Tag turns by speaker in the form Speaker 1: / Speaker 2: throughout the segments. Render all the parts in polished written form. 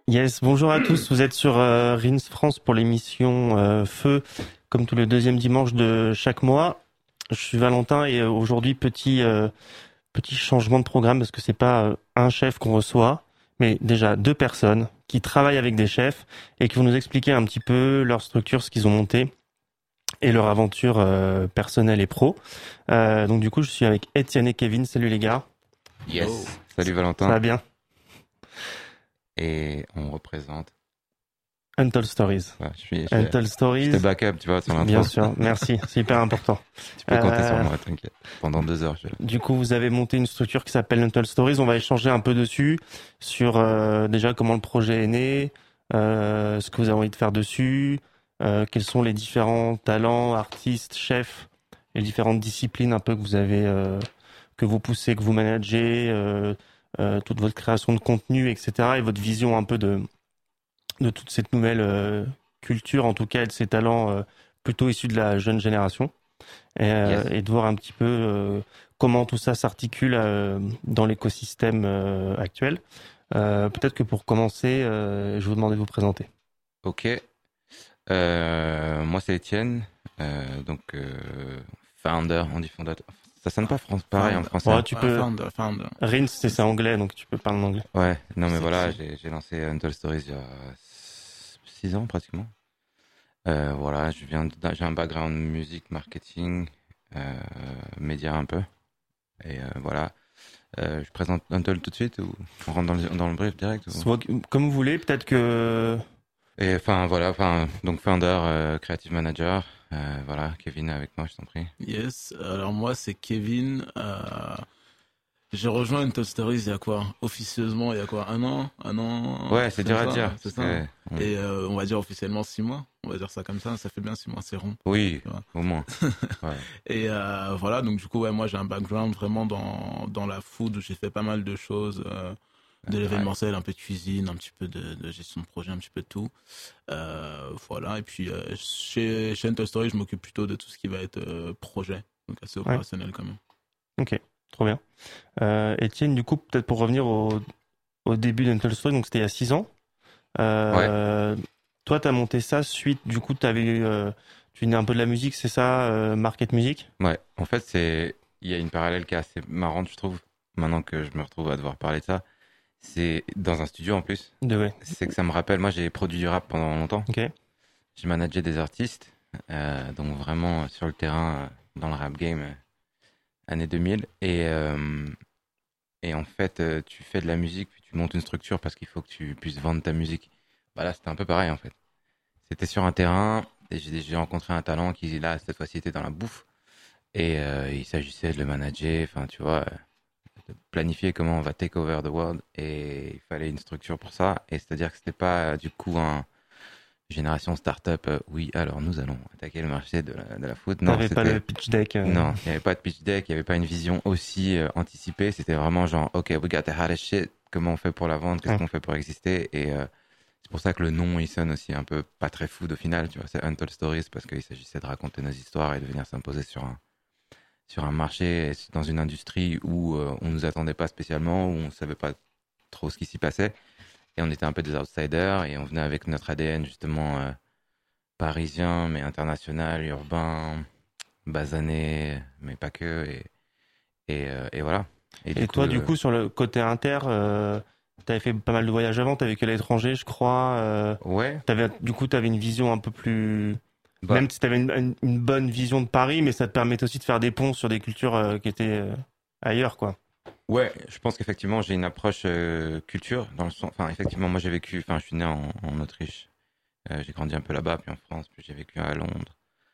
Speaker 1: Yes, bonjour à tous. Vous êtes sur Rins France pour l'émission Feu, comme tous les deuxièmes dimanches de chaque mois. Je suis Valentin et aujourd'hui petit changement de programme parce que c'est pas un chef qu'on reçoit, mais déjà deux personnes qui travaillent avec des chefs et qui vont nous expliquer un petit peu leur structure, ce qu'ils ont monté et leur aventure personnelle et pro. Donc du coup, je suis avec Étienne et Kevin. Salut les gars.
Speaker 2: Yo.
Speaker 3: Yes. Salut
Speaker 1: Ça
Speaker 3: Valentin.
Speaker 1: va bien?
Speaker 3: Et on représente.
Speaker 1: Untold Stories.
Speaker 3: Ouais,
Speaker 1: Untold
Speaker 3: je te
Speaker 1: Stories.
Speaker 3: backup, tu vois, sur
Speaker 1: Bien
Speaker 3: l'intro.
Speaker 1: sûr, merci, c'est hyper important.
Speaker 3: Tu peux compter sur
Speaker 1: Euh,
Speaker 3: moi, t'inquiète. Pendant 2 heures, je suis là.
Speaker 1: du coup, vous avez monté une structure qui s'appelle Untold Stories. On va échanger un peu dessus, sur déjà comment le projet est né, ce que vous avez envie de faire dessus, quels sont les différents talents, artistes, chefs, les différentes disciplines un peu que vous avez, que vous poussez, que vous managez, toute votre création de contenu, etc. Et votre vision un peu de toute cette nouvelle culture, en tout cas, et de ces talents plutôt issus de la jeune génération,
Speaker 3: Yes.
Speaker 1: et de voir un petit peu comment tout ça s'articule dans l'écosystème actuel. Peut-être que pour commencer, je vous demande de vous présenter.
Speaker 3: Ok. Moi, c'est Étienne. Founder, on dit fondateur. Ça sonne pas pareil en
Speaker 2: Founder.
Speaker 3: français.
Speaker 1: Ouais,
Speaker 3: Hein.
Speaker 1: tu
Speaker 2: Ouais,
Speaker 1: peux.
Speaker 2: founder.
Speaker 1: Rins, c'est anglais, donc tu peux parler en anglais.
Speaker 3: Ouais, non mais voilà,
Speaker 2: Sexy.
Speaker 3: j'ai lancé Untold Stories il y a 6 ans pratiquement. Voilà, j'ai un background musique, marketing, média un peu. Et voilà. Je présente Untold tout de suite ou on rentre dans le brief direct ou...
Speaker 1: Soit, comme vous voulez, peut-être que.
Speaker 3: Et enfin voilà, enfin donc founder, creative manager, voilà, Kevin est avec moi, je t'en prie.
Speaker 2: Yes. Alors moi, c'est Kevin. J'ai rejoint Untold Stories il y a quoi? Officieusement, il y a quoi? Un an? Un
Speaker 3: Ouais,
Speaker 2: truc
Speaker 3: c'est
Speaker 2: comme
Speaker 3: dur à
Speaker 2: ça?
Speaker 3: dire
Speaker 2: C'est
Speaker 3: parce
Speaker 2: ça, hein.
Speaker 3: que
Speaker 2: Et on va dire officiellement 6 mois. On va dire ça comme ça fait bien 6 mois, c'est rond.
Speaker 3: oui,
Speaker 2: Tu vois.
Speaker 3: au moins. Ouais.
Speaker 2: Et voilà, donc du coup, ouais, moi j'ai un background vraiment dans la food où j'ai fait pas mal de choses, de
Speaker 3: Ouais.
Speaker 2: l'événementiel, un peu de cuisine, un petit peu de gestion de projet, un petit peu de tout. Voilà, et puis chez Untold Story, je m'occupe plutôt de tout ce qui va être projet, donc assez
Speaker 1: Ouais,
Speaker 2: opérationnel quand même.
Speaker 1: ok, trop bien. Étienne, du coup, peut-être pour revenir au début d'Untold Story, donc c'était il y a 6 ans.
Speaker 3: Ouais,
Speaker 1: Euh, toi, tu as monté ça suite, du coup, tu venais un peu de la musique, c'est ça, market music?
Speaker 3: ouais. En fait, il y a une parallèle qui est assez marrante, je trouve, maintenant que je me retrouve à devoir parler de ça. C'est dans un studio en plus.
Speaker 1: Ouais.
Speaker 3: C'est que ça me rappelle, moi j'ai produit du rap pendant longtemps.
Speaker 1: Ok.
Speaker 3: J'ai managé des artistes, donc vraiment sur le terrain, dans le rap game, année 2000. Et en fait, tu fais de la musique, puis tu montes une structure parce qu'il faut que tu puisses vendre ta musique. Bah là, c'était un peu pareil en fait. C'était sur un terrain, et j'ai rencontré un talent qui, là, cette fois-ci, était dans la bouffe. Et il s'agissait de le manager, enfin, tu vois, de planifier comment on va take over the world. Et il fallait une structure pour ça. Et c'est-à-dire que c'était pas, du coup, un génération startup. Oui, alors nous allons attaquer le marché de la food. Non,
Speaker 1: T'avais pas
Speaker 3: c'était
Speaker 1: le pitch deck.
Speaker 3: non, il n'y avait pas de pitch deck, il n'y avait pas une vision aussi anticipée. C'était vraiment genre, OK, we got the hottest shit. Comment on fait pour la vendre? Qu'est-ce
Speaker 1: Ouais.
Speaker 3: qu'on fait pour exister? Et c'est pour ça que le nom, il sonne aussi un peu pas très food au final. Tu vois, c'est Untold Stories parce qu'il s'agissait de raconter nos histoires et de venir s'imposer sur un marché, dans une industrie où on nous attendait pas spécialement, où on savait pas trop ce qui s'y passait. Et on était un peu des outsiders et on venait avec notre ADN justement parisien, mais international, urbain, basané, mais pas que. Et voilà. Et du
Speaker 1: Et
Speaker 3: coup,
Speaker 1: toi, du coup, sur le côté inter, t'avais fait pas mal de voyages avant, t'as vécu à l'étranger, je crois.
Speaker 3: ouais,
Speaker 1: Du coup, t'avais une vision un peu plus.
Speaker 3: bah,
Speaker 1: Même si t'avais une bonne vision de Paris, mais ça te permettait aussi de faire des ponts sur des cultures qui étaient ailleurs, quoi.
Speaker 3: ouais, je pense qu'effectivement, j'ai une approche culture, dans le sens, enfin, effectivement, moi j'ai vécu, enfin, je suis né en Autriche, j'ai grandi un peu là-bas, puis en France, puis j'ai vécu à Londres.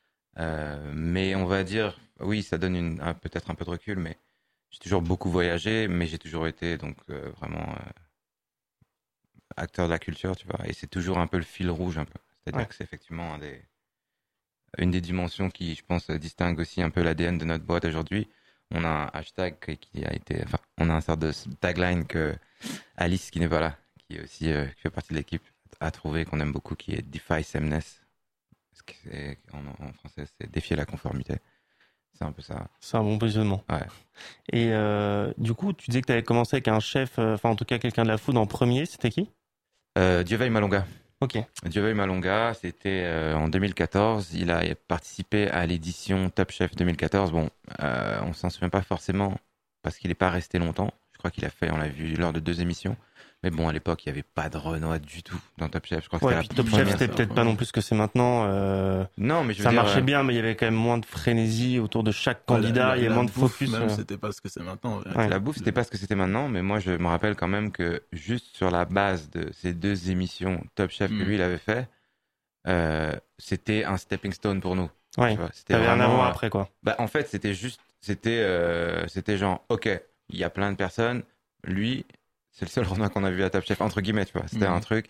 Speaker 3: Mais on va dire, oui, ça donne peut-être un peu de recul, mais j'ai toujours beaucoup voyagé, mais j'ai toujours été donc vraiment acteur de la culture, tu vois, et c'est toujours un peu le fil rouge, un peu. C'est-à-dire
Speaker 1: Ouais.
Speaker 3: que c'est effectivement une des dimensions qui, je pense, distingue aussi un peu l'ADN de notre boîte aujourd'hui. On a un hashtag qui a été, enfin, on a un sort de tagline que Alice, qui n'est pas là, qui est aussi, qui fait partie de l'équipe, a trouvé qu'on aime beaucoup, qui est Defy Sameness. En français, c'est défier la conformité. C'est un peu ça.
Speaker 1: C'est un bon positionnement.
Speaker 3: Ouais.
Speaker 1: Et du coup, tu disais que t'avais commencé avec un chef, enfin en tout cas quelqu'un de la food en premier, c'était qui?
Speaker 3: Dieu veuille Malonga.
Speaker 1: Ok.
Speaker 3: Dieu veuille Malonga, c'était en 2014. Il a participé à l'édition Top Chef 2014. Bon, on s'en souvient pas forcément parce qu'il n'est pas resté longtemps. Je crois qu'il a fait, on l'a vu lors de 2 émissions. Mais bon, à l'époque, il n'y avait pas de Renoir du tout dans Top Chef. Je crois que
Speaker 1: Ouais,
Speaker 3: c'était
Speaker 1: puis
Speaker 3: la
Speaker 1: Top
Speaker 3: première.
Speaker 1: Chef, c'était peut-être pas non plus ce que c'est maintenant.
Speaker 3: Non, mais je veux
Speaker 1: Ça
Speaker 3: dire,
Speaker 1: marchait bien, mais il y avait quand même moins de frénésie autour de chaque candidat. Il y avait moins de
Speaker 2: bouffe,
Speaker 1: focus.
Speaker 2: Même, c'était pas ce que c'est maintenant.
Speaker 1: Ouais.
Speaker 3: La bouffe, c'était pas ce que c'était maintenant, mais moi, je me rappelle quand même que juste sur la base de ces 2 émissions Top Chef que lui, il avait fait, c'était un stepping stone pour nous.
Speaker 1: Ouais.
Speaker 3: Tu vois, c'était
Speaker 1: T'avais un
Speaker 3: vraiment,
Speaker 1: avant après quoi.
Speaker 3: Bah, en fait, c'était genre, ok, il y a plein de personnes, lui, c'est le seul Renoir qu'on a vu à Top Chef, entre guillemets, tu vois. C'était un truc,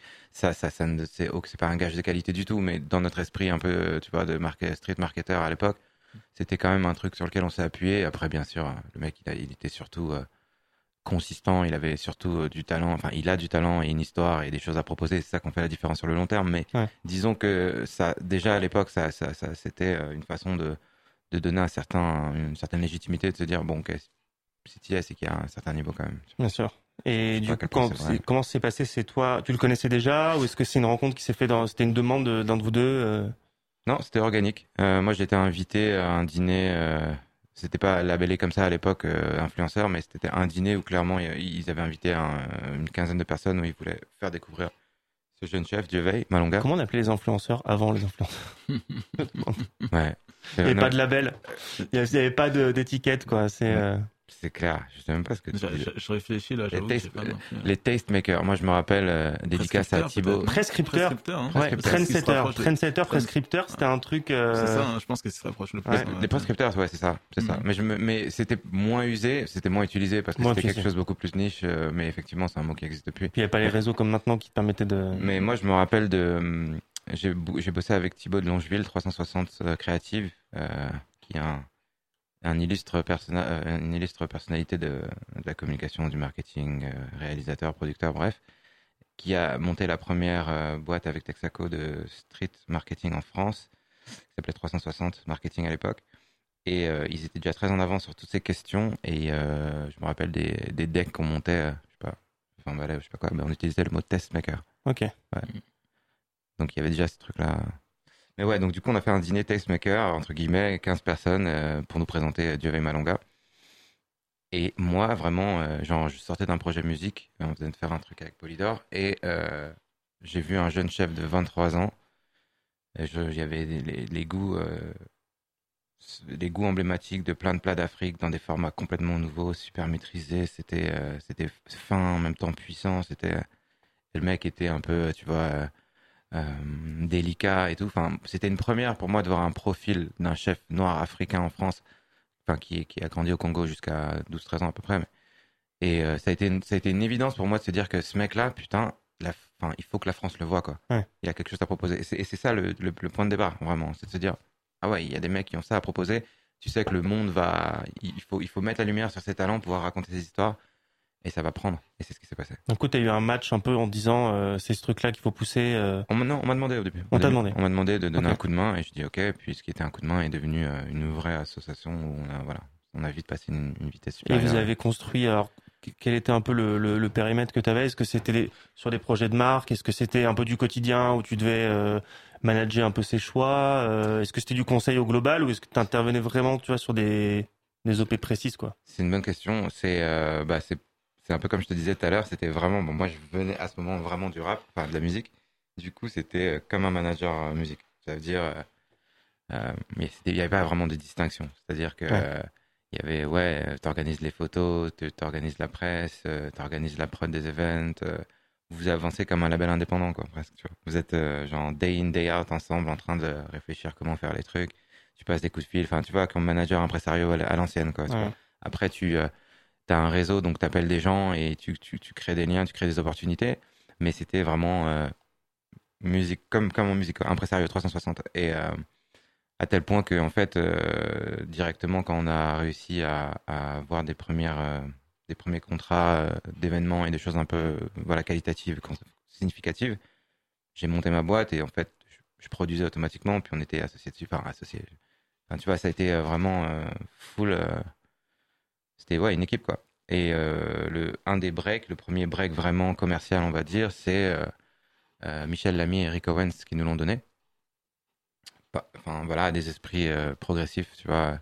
Speaker 3: c'est pas un gage de qualité du tout, mais dans notre esprit un peu, tu vois, de street marketer à l'époque, c'était quand même un truc sur lequel on s'est appuyé. Après, bien sûr, le mec, il était surtout consistant, il avait surtout du talent, enfin, il a du talent et une histoire et des choses à proposer, c'est ça qu'on fait la différence sur le long terme, mais disons que ça, déjà à l'époque, ça c'était une façon de donner une certaine légitimité, de se dire, bon, ok, si tu y es, c'est qu'il y a un certain niveau quand même.
Speaker 1: Bien sûr. Et du coup,
Speaker 3: comment
Speaker 1: comment c'est passé? C'est toi, tu le connaissais déjà ou est-ce que c'est une rencontre qui s'est faite c'était une demande d'un de vous deux?
Speaker 3: Non, c'était organique. Moi, j'étais invité à un dîner. C'était pas labellé comme ça à l'époque, influenceur, mais c'était un dîner où clairement ils avaient invité une quinzaine de personnes où ils voulaient faire découvrir ce jeune chef, Dieu veille, Malonga.
Speaker 1: Comment on appelait les influenceurs avant les influenceurs?
Speaker 3: Ouais.
Speaker 1: Il n'y avait pas de label, il n'y avait pas d'étiquette quoi.
Speaker 3: C'est clair, je sais même pas ce que tu dis.
Speaker 2: Je réfléchis là, j'avoue.
Speaker 3: Les tastemakers, moi je me rappelle dédicace à Thibaut.
Speaker 1: Prescripteur. Trendsetter, prescripteur, c'était un truc.
Speaker 2: C'est ça, hein, je pense que ça se rapproche le plus.
Speaker 3: Les prescripteurs, ouais, c'est ça. Mais c'était moins usé, c'était moins utilisé parce que c'était quelque chose de beaucoup plus niche, mais effectivement, c'est un mot qui existe depuis.
Speaker 1: Puis il n'y a pas les réseaux comme maintenant qui te permettaient de.
Speaker 3: Mais moi, je me rappelle j'ai bossé avec Thibaut de Longeville, 360 Creative, qui est une illustre personnalité de la communication, du marketing, réalisateur, producteur, bref, qui a monté la première boîte avec Texaco de street marketing en France, qui s'appelait 360 Marketing à l'époque. Et ils étaient déjà très en avance sur toutes ces questions. Et je me rappelle des decks qu'on montait, je sais pas quoi, mais on utilisait le mot testmaker.
Speaker 1: Ok.
Speaker 3: Ouais. Donc il y avait déjà ce truc-là. Mais ouais, donc du coup, on a fait un dîner tastemaker, entre guillemets, 15 personnes, pour nous présenter Dieu veuille Malonga. Et moi, vraiment, je sortais d'un projet musique, on venait de faire un truc avec Polydor, et j'ai vu un jeune chef de 23 ans. Il y avait les goûts emblématiques de plein de plats d'Afrique dans des formats complètement nouveaux, super maîtrisés. C'était fin, en même temps puissant. Et le mec était un peu, tu vois... délicat et tout. Enfin, c'était une première pour moi de voir un profil d'un chef noir africain en France, enfin qui a grandi au Congo jusqu'à 12-13 ans à peu près. Et ça a été une évidence pour moi de se dire que ce mec-là, putain, il faut que la France le voie, quoi.
Speaker 1: Ouais.
Speaker 3: Il a quelque chose à proposer. Et c'est ça le point de départ, vraiment. C'est de se dire, ah ouais, il y a des mecs qui ont ça à proposer. Tu sais que le monde il faut mettre la lumière sur ses talents, pouvoir raconter ses histoires. Et ça va prendre. Et c'est ce qui s'est passé.
Speaker 1: Du coup, tu as eu un match un peu en disant c'est ce truc-là qu'il faut pousser.
Speaker 3: On m'a demandé au début.
Speaker 1: On t'a demandé.
Speaker 3: On m'a demandé de donner un coup de main et je dis ok. Puis ce qui était un coup de main est devenu une vraie association où on a vite passé une vitesse supérieure.
Speaker 1: Et vous avez construit. Alors, quel était un peu le périmètre que tu avais? Est-ce que c'était sur des projets de marque? Est-ce que c'était un peu du quotidien où tu devais manager un peu ses choix? Est-ce que c'était du conseil au global ou est-ce que tu intervenais vraiment, tu vois, sur des OP précises, quoi?
Speaker 3: C'est une bonne question. C'est un peu comme je te disais tout à l'heure, c'était vraiment, bon, moi je venais à ce moment vraiment du rap, enfin de la musique. Du coup, c'était comme un manager musique. Ça veut dire, mais il n'y avait pas vraiment de distinction. C'est-à-dire que il y avait, t'organises les photos, t'organises la presse, t'organises la prod des events. Vous avancez comme un label indépendant, quoi, presque. Tu vois. Vous êtes genre day in, day out ensemble en train de réfléchir comment faire les trucs. Tu passes des coups de fil, enfin, tu vois, comme manager impresario à l'ancienne, quoi. Tu vois. Après, t'as un réseau, donc t'appelles des gens et tu crées des liens, tu crées des opportunités. Mais c'était vraiment musique, comme en musique, impresario 360. Et à tel point que, en fait, directement, quand on a réussi à avoir des premiers contrats d'événements et des choses un peu qualitatives, significatives, j'ai monté ma boîte et en fait, je produisais automatiquement, puis on était associés dessus, associés. Enfin, tu vois, ça a été vraiment full. C'était une équipe, quoi. Et un des breaks, le premier break vraiment commercial, on va dire, c'est Michel Lamy et Rick Owens qui nous l'ont donné. Enfin voilà, des esprits progressifs, tu vois,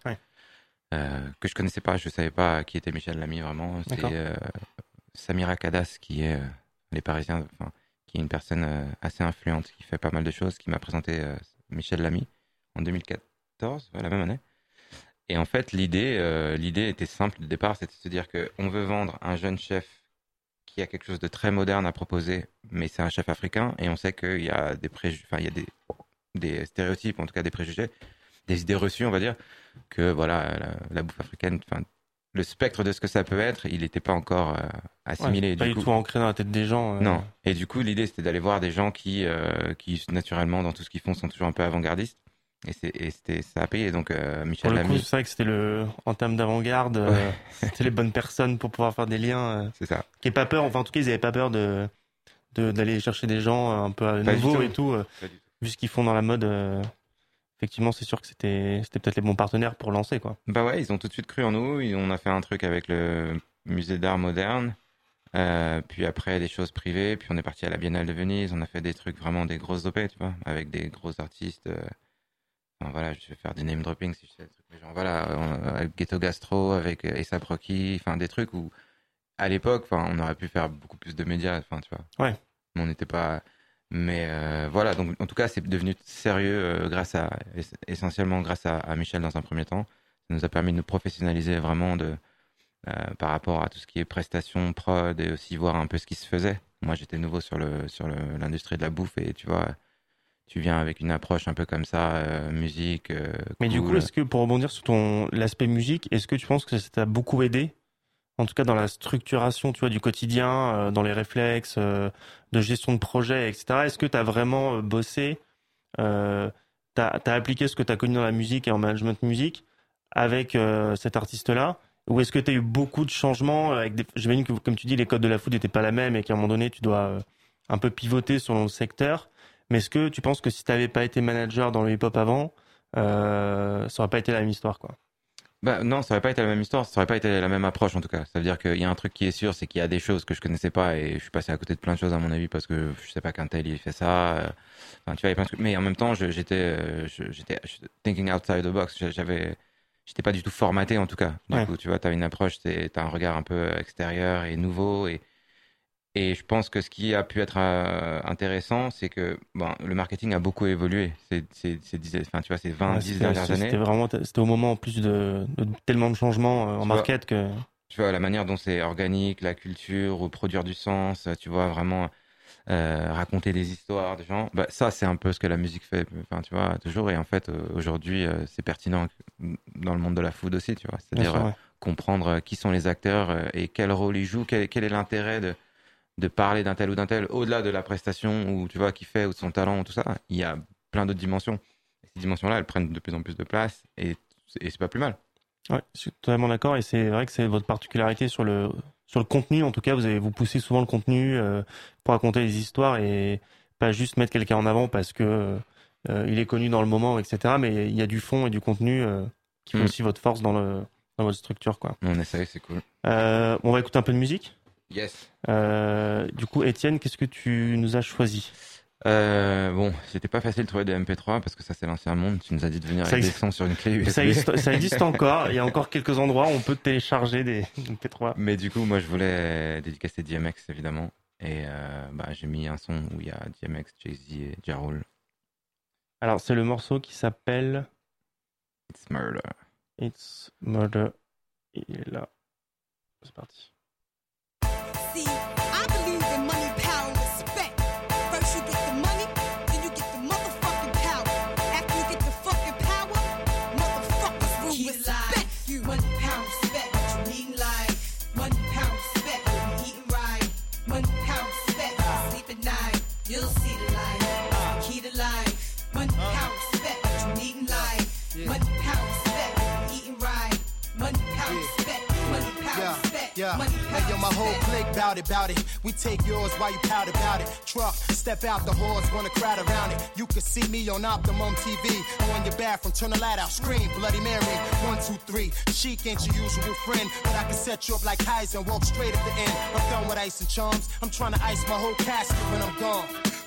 Speaker 3: que je connaissais pas, je savais pas qui était Michel Lamy vraiment. C'est Samira Kadas qui est les Parisiens, qui est une personne assez influente, qui fait pas mal de choses, qui m'a présenté Michel Lamy en 2014, la même année. Et en fait, l'idée était simple du départ, c'était de se dire qu'on veut vendre un jeune chef qui a quelque chose de très moderne à proposer, mais c'est un chef africain, et on sait qu'il y a il y a des stéréotypes, en tout cas des préjugés, des idées reçues, on va dire, que voilà, la bouffe africaine, le spectre de ce que ça peut être, il n'était pas encore assimilé.
Speaker 1: Pas du tout ancré dans la tête des gens.
Speaker 3: Non. Et du coup, l'idée, c'était d'aller voir des gens qui naturellement, dans tout ce qu'ils font, sont toujours un peu avant-gardistes. Et ça a payé. Donc, Michel Lamy.
Speaker 1: Pour le coup, c'est vrai que c'était en termes d'avant-garde, c'était les bonnes personnes pour pouvoir faire des liens.
Speaker 3: C'est ça.
Speaker 1: Qui n'avaient pas peur, en tout cas, ils n'avaient pas peur d'aller chercher des gens un peu nouveaux et tout. Vu ce qu'ils font dans la mode, effectivement, c'est sûr que c'était peut-être les bons partenaires pour lancer, quoi.
Speaker 3: Bah ouais, ils ont tout de suite cru en nous. On a fait un truc avec le musée d'art moderne. Puis après, des choses privées. Puis on est parti à la Biennale de Venise. On a fait des trucs vraiment des grosses OP, tu vois, avec des gros artistes. Voilà, je vais faire du name dropping si je sais des trucs. Mais genre, voilà, avec Ghetto Gastro, avec A$AP Rocky, des trucs où, à l'époque, on aurait pu faire beaucoup plus de médias, tu vois.
Speaker 1: Ouais.
Speaker 3: Mais on n'était pas. Mais voilà, donc en tout cas, c'est devenu sérieux essentiellement grâce à Michel dans un premier temps. Ça nous a permis de nous professionnaliser vraiment par rapport à tout ce qui est prestations, prod et aussi voir un peu ce qui se faisait. Moi, j'étais nouveau sur l'industrie de la bouffe et tu vois, tu viens avec une approche un peu comme ça, musique.
Speaker 1: Mais
Speaker 3: cool.
Speaker 1: du coup, est-ce que pour rebondir sur l'aspect musique, est-ce que tu penses que ça t'a beaucoup aidé, en tout cas dans la structuration, tu vois, du quotidien, dans les réflexes de gestion de projet, etc. Est-ce que tu as vraiment bossé, t'as appliqué ce que tu as connu dans la musique et en management musique avec cet artiste-là, ou est-ce que tu as eu beaucoup de changements j'imagine que, comme tu dis, les codes de la food n'étaient pas la même et qu'à un moment donné, tu dois un peu pivoter selon le secteur. Mais est-ce que tu penses que si tu n'avais pas été manager dans le hip-hop avant, ça n'aurait pas été la même histoire, quoi?
Speaker 3: Bah non, ça aurait pas été la même histoire, ça aurait pas été la même approche en tout cas. Ça veut dire qu'il y a un truc qui est sûr, c'est qu'il y a des choses que je connaissais pas et je suis passé à côté de plein de choses à mon avis parce que je sais pas qu'un tel il fait ça. Tu vois, il y a plein de trucs. Mais en même temps, j'étais thinking outside the box. J'étais pas du tout formaté en tout cas. Du coup, tu vois, t'as une approche, t'as un regard un peu extérieur et nouveau et je pense que ce qui a pu être intéressant, c'est que le marketing a beaucoup évolué tu vois, ces 10 dernières années.
Speaker 1: C'était au moment en plus de tellement de changements en market que...
Speaker 3: Tu vois, la manière dont c'est organique, la culture, ou produire du sens, tu vois, vraiment raconter des histoires des gens. Ça, c'est un peu ce que la musique fait, tu vois, toujours. Et en fait, aujourd'hui, c'est pertinent dans le monde de la food aussi, tu vois. C'est-à-dire comprendre qui sont les acteurs et quel rôle ils jouent, quel est l'intérêt de parler d'un tel ou d'un tel, au-delà de la prestation ou tu vois qu'il fait ou de son talent ou tout ça, il y a plein d'autres dimensions. Et ces dimensions-là, elles prennent de plus en plus de place et c'est pas plus mal.
Speaker 1: Ouais, je suis totalement d'accord et c'est vrai que c'est votre particularité sur le contenu. En tout cas, vous poussez souvent le contenu pour raconter des histoires et pas juste mettre quelqu'un en avant parce que il est connu dans le moment, etc. Mais il y a du fond et du contenu qui fait aussi votre force dans votre structure, quoi.
Speaker 3: On essaye, c'est cool.
Speaker 1: On va écouter un peu de musique.
Speaker 3: Yes.
Speaker 1: Du coup, Étienne, qu'est-ce que tu nous as choisi?
Speaker 3: C'était pas facile de trouver des MP3 parce que ça c'est l'ancien monde. Tu nous as dit de venir avec des sons sur une clé USB.
Speaker 1: Ça existe encore. Il y a encore quelques endroits où on peut télécharger des MP3.
Speaker 3: Mais du coup, moi je voulais dédicacer DMX évidemment. Et j'ai mis un son où il y a DMX, Jay-Z et Ja Rule.
Speaker 1: Alors c'est le morceau qui s'appelle
Speaker 3: It's Murder.
Speaker 1: It's Murder. Il est là. C'est parti.
Speaker 4: See, I believe in money, power, and respect. First you get the money, then you get the motherfucking power. After you get the fucking power, motherfuckers will respect you. 1 pound respect, what you eating like. 1 pound respect, what you eating right. 1 pound respect, sleep at night, you'll see the light. Key to life. 1 pound respect, what you eating like. 1 pound respect, what you eating right. 1 pound respect, 1 pound respect.
Speaker 5: Hey, yo, my whole clique bout it. We take yours while you pout about it. Truck, step out the halls, wanna crowd around it. You can see me on Optimum TV. On your bathroom, turn the light out, scream, Bloody Mary. 1, 2, 3. Chic ain't your usual friend, but I can set you up like Heisen, walk straight at the end. I'm done with ice and charms. I'm trying to ice my whole casket when I'm gone.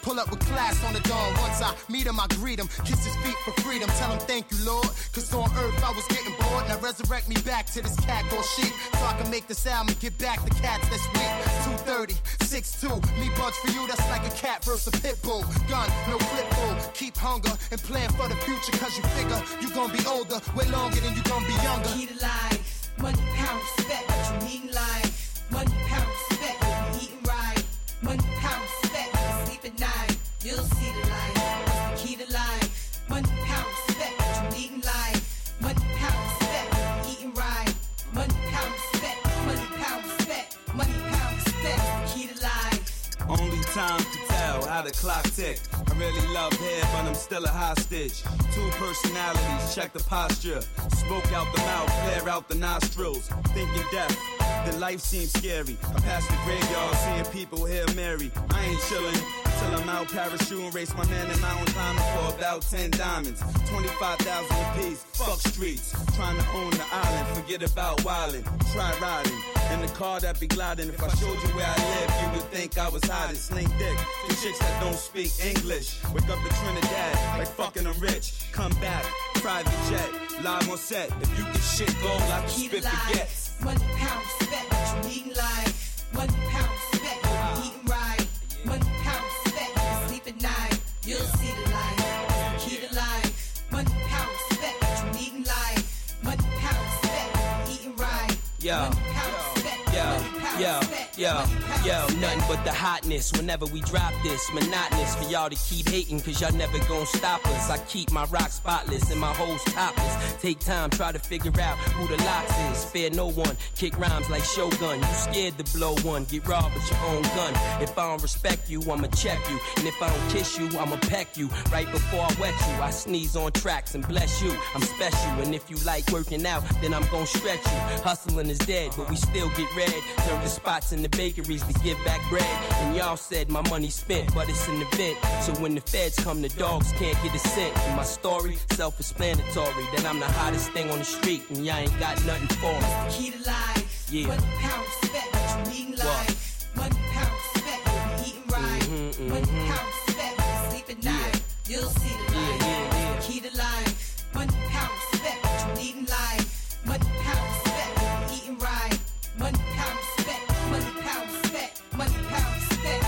Speaker 5: Pull up with class on the dawn. Once I meet him, I greet him. Kiss his feet for freedom. Tell him thank you, Lord. Cause on earth I was getting bored. Now resurrect me back to this cat called sheep. So I can make this album and get back the cats that's weak. 230, 6'2". Me bugs for you, that's like a cat versus a pit bull. Gun, no clip bull. Keep hunger and plan for the future. Cause you figure you gon' be older way longer than you gon' be younger.
Speaker 4: Key to life, money, power, respect. What you need in life, money, power, respect. What you eating right, money, power, respect. Sleep at night, you'll see the light. What's the key to life, money, power, respect. What you need in life, money, power, respect. What you eating right, money, power, respect. Money, power, respect. Money, power, respect. What's the key to life?
Speaker 6: Only time to tell how the clock ticked. I really love hair, but I'm still a hostage. Two personalities, check the posture. Smoke out the mouth, flare out the nostrils. Thinking death, then life seems scary. I pass the graveyard, seeing people Hail Mary. I ain't chillin' till I'm out parachuting. Race my man in mountain climbing for about 10 diamonds. 25,000 apiece, fuck streets. Trying to own the island, forget about wildin'. Try riding in the car that be gliding. If I showed you where I live, you would think I was hiding. Sling dick to chicks that don't speak English. Wake up in Trinidad, like fucking I'm rich. Come back, private jet, live on set. If you get shit gold, I can
Speaker 4: Key to
Speaker 6: spit
Speaker 4: life,
Speaker 6: baguettes.
Speaker 4: money, power, respect. What you need in life, money, power, respect. What you eating right, money, power, respect. Sleep at night, you'll see the light. What's the key to life, money, power, respect. What you need in life, money, power, respect. What you eating right,
Speaker 6: Yo,
Speaker 4: money, power, respect. Money, power, respect. Money, power, respect.
Speaker 6: nothing but the hotness whenever we drop this. Monotonous for y'all to keep hating, cause y'all never gon' stop us. I keep my rock spotless and my hoes topless. Take time, try to figure out who the locks is. Spare no one, kick rhymes like Shogun. You scared to blow one, get robbed with your own gun. If I don't respect you, I'ma check you. And if I don't kiss you, I'ma peck you. Right before I wet you, I sneeze on tracks and bless you. I'm special, and if you like working out, then I'm gon' stretch you. Hustling is dead, but we still get red. Turn the spots in the bakeries to give back bread. And y'all said my money spent, but it's an event. So when the feds come, the dogs can't get a cent. And my story, self-explanatory, that I'm the hottest thing on the street, and y'all ain't got nothing for me.
Speaker 4: The key to life,
Speaker 6: Yeah.
Speaker 4: money, power, respect. What you need in life, money, power, respect. What you eating right, money, power, respect. Sleep at night, you'll see the light. What's the key to life, money, power, respect. What you need in life, money, power, respect. What you eating right, money, power, respect. Money, power, respect. Money, power, respect.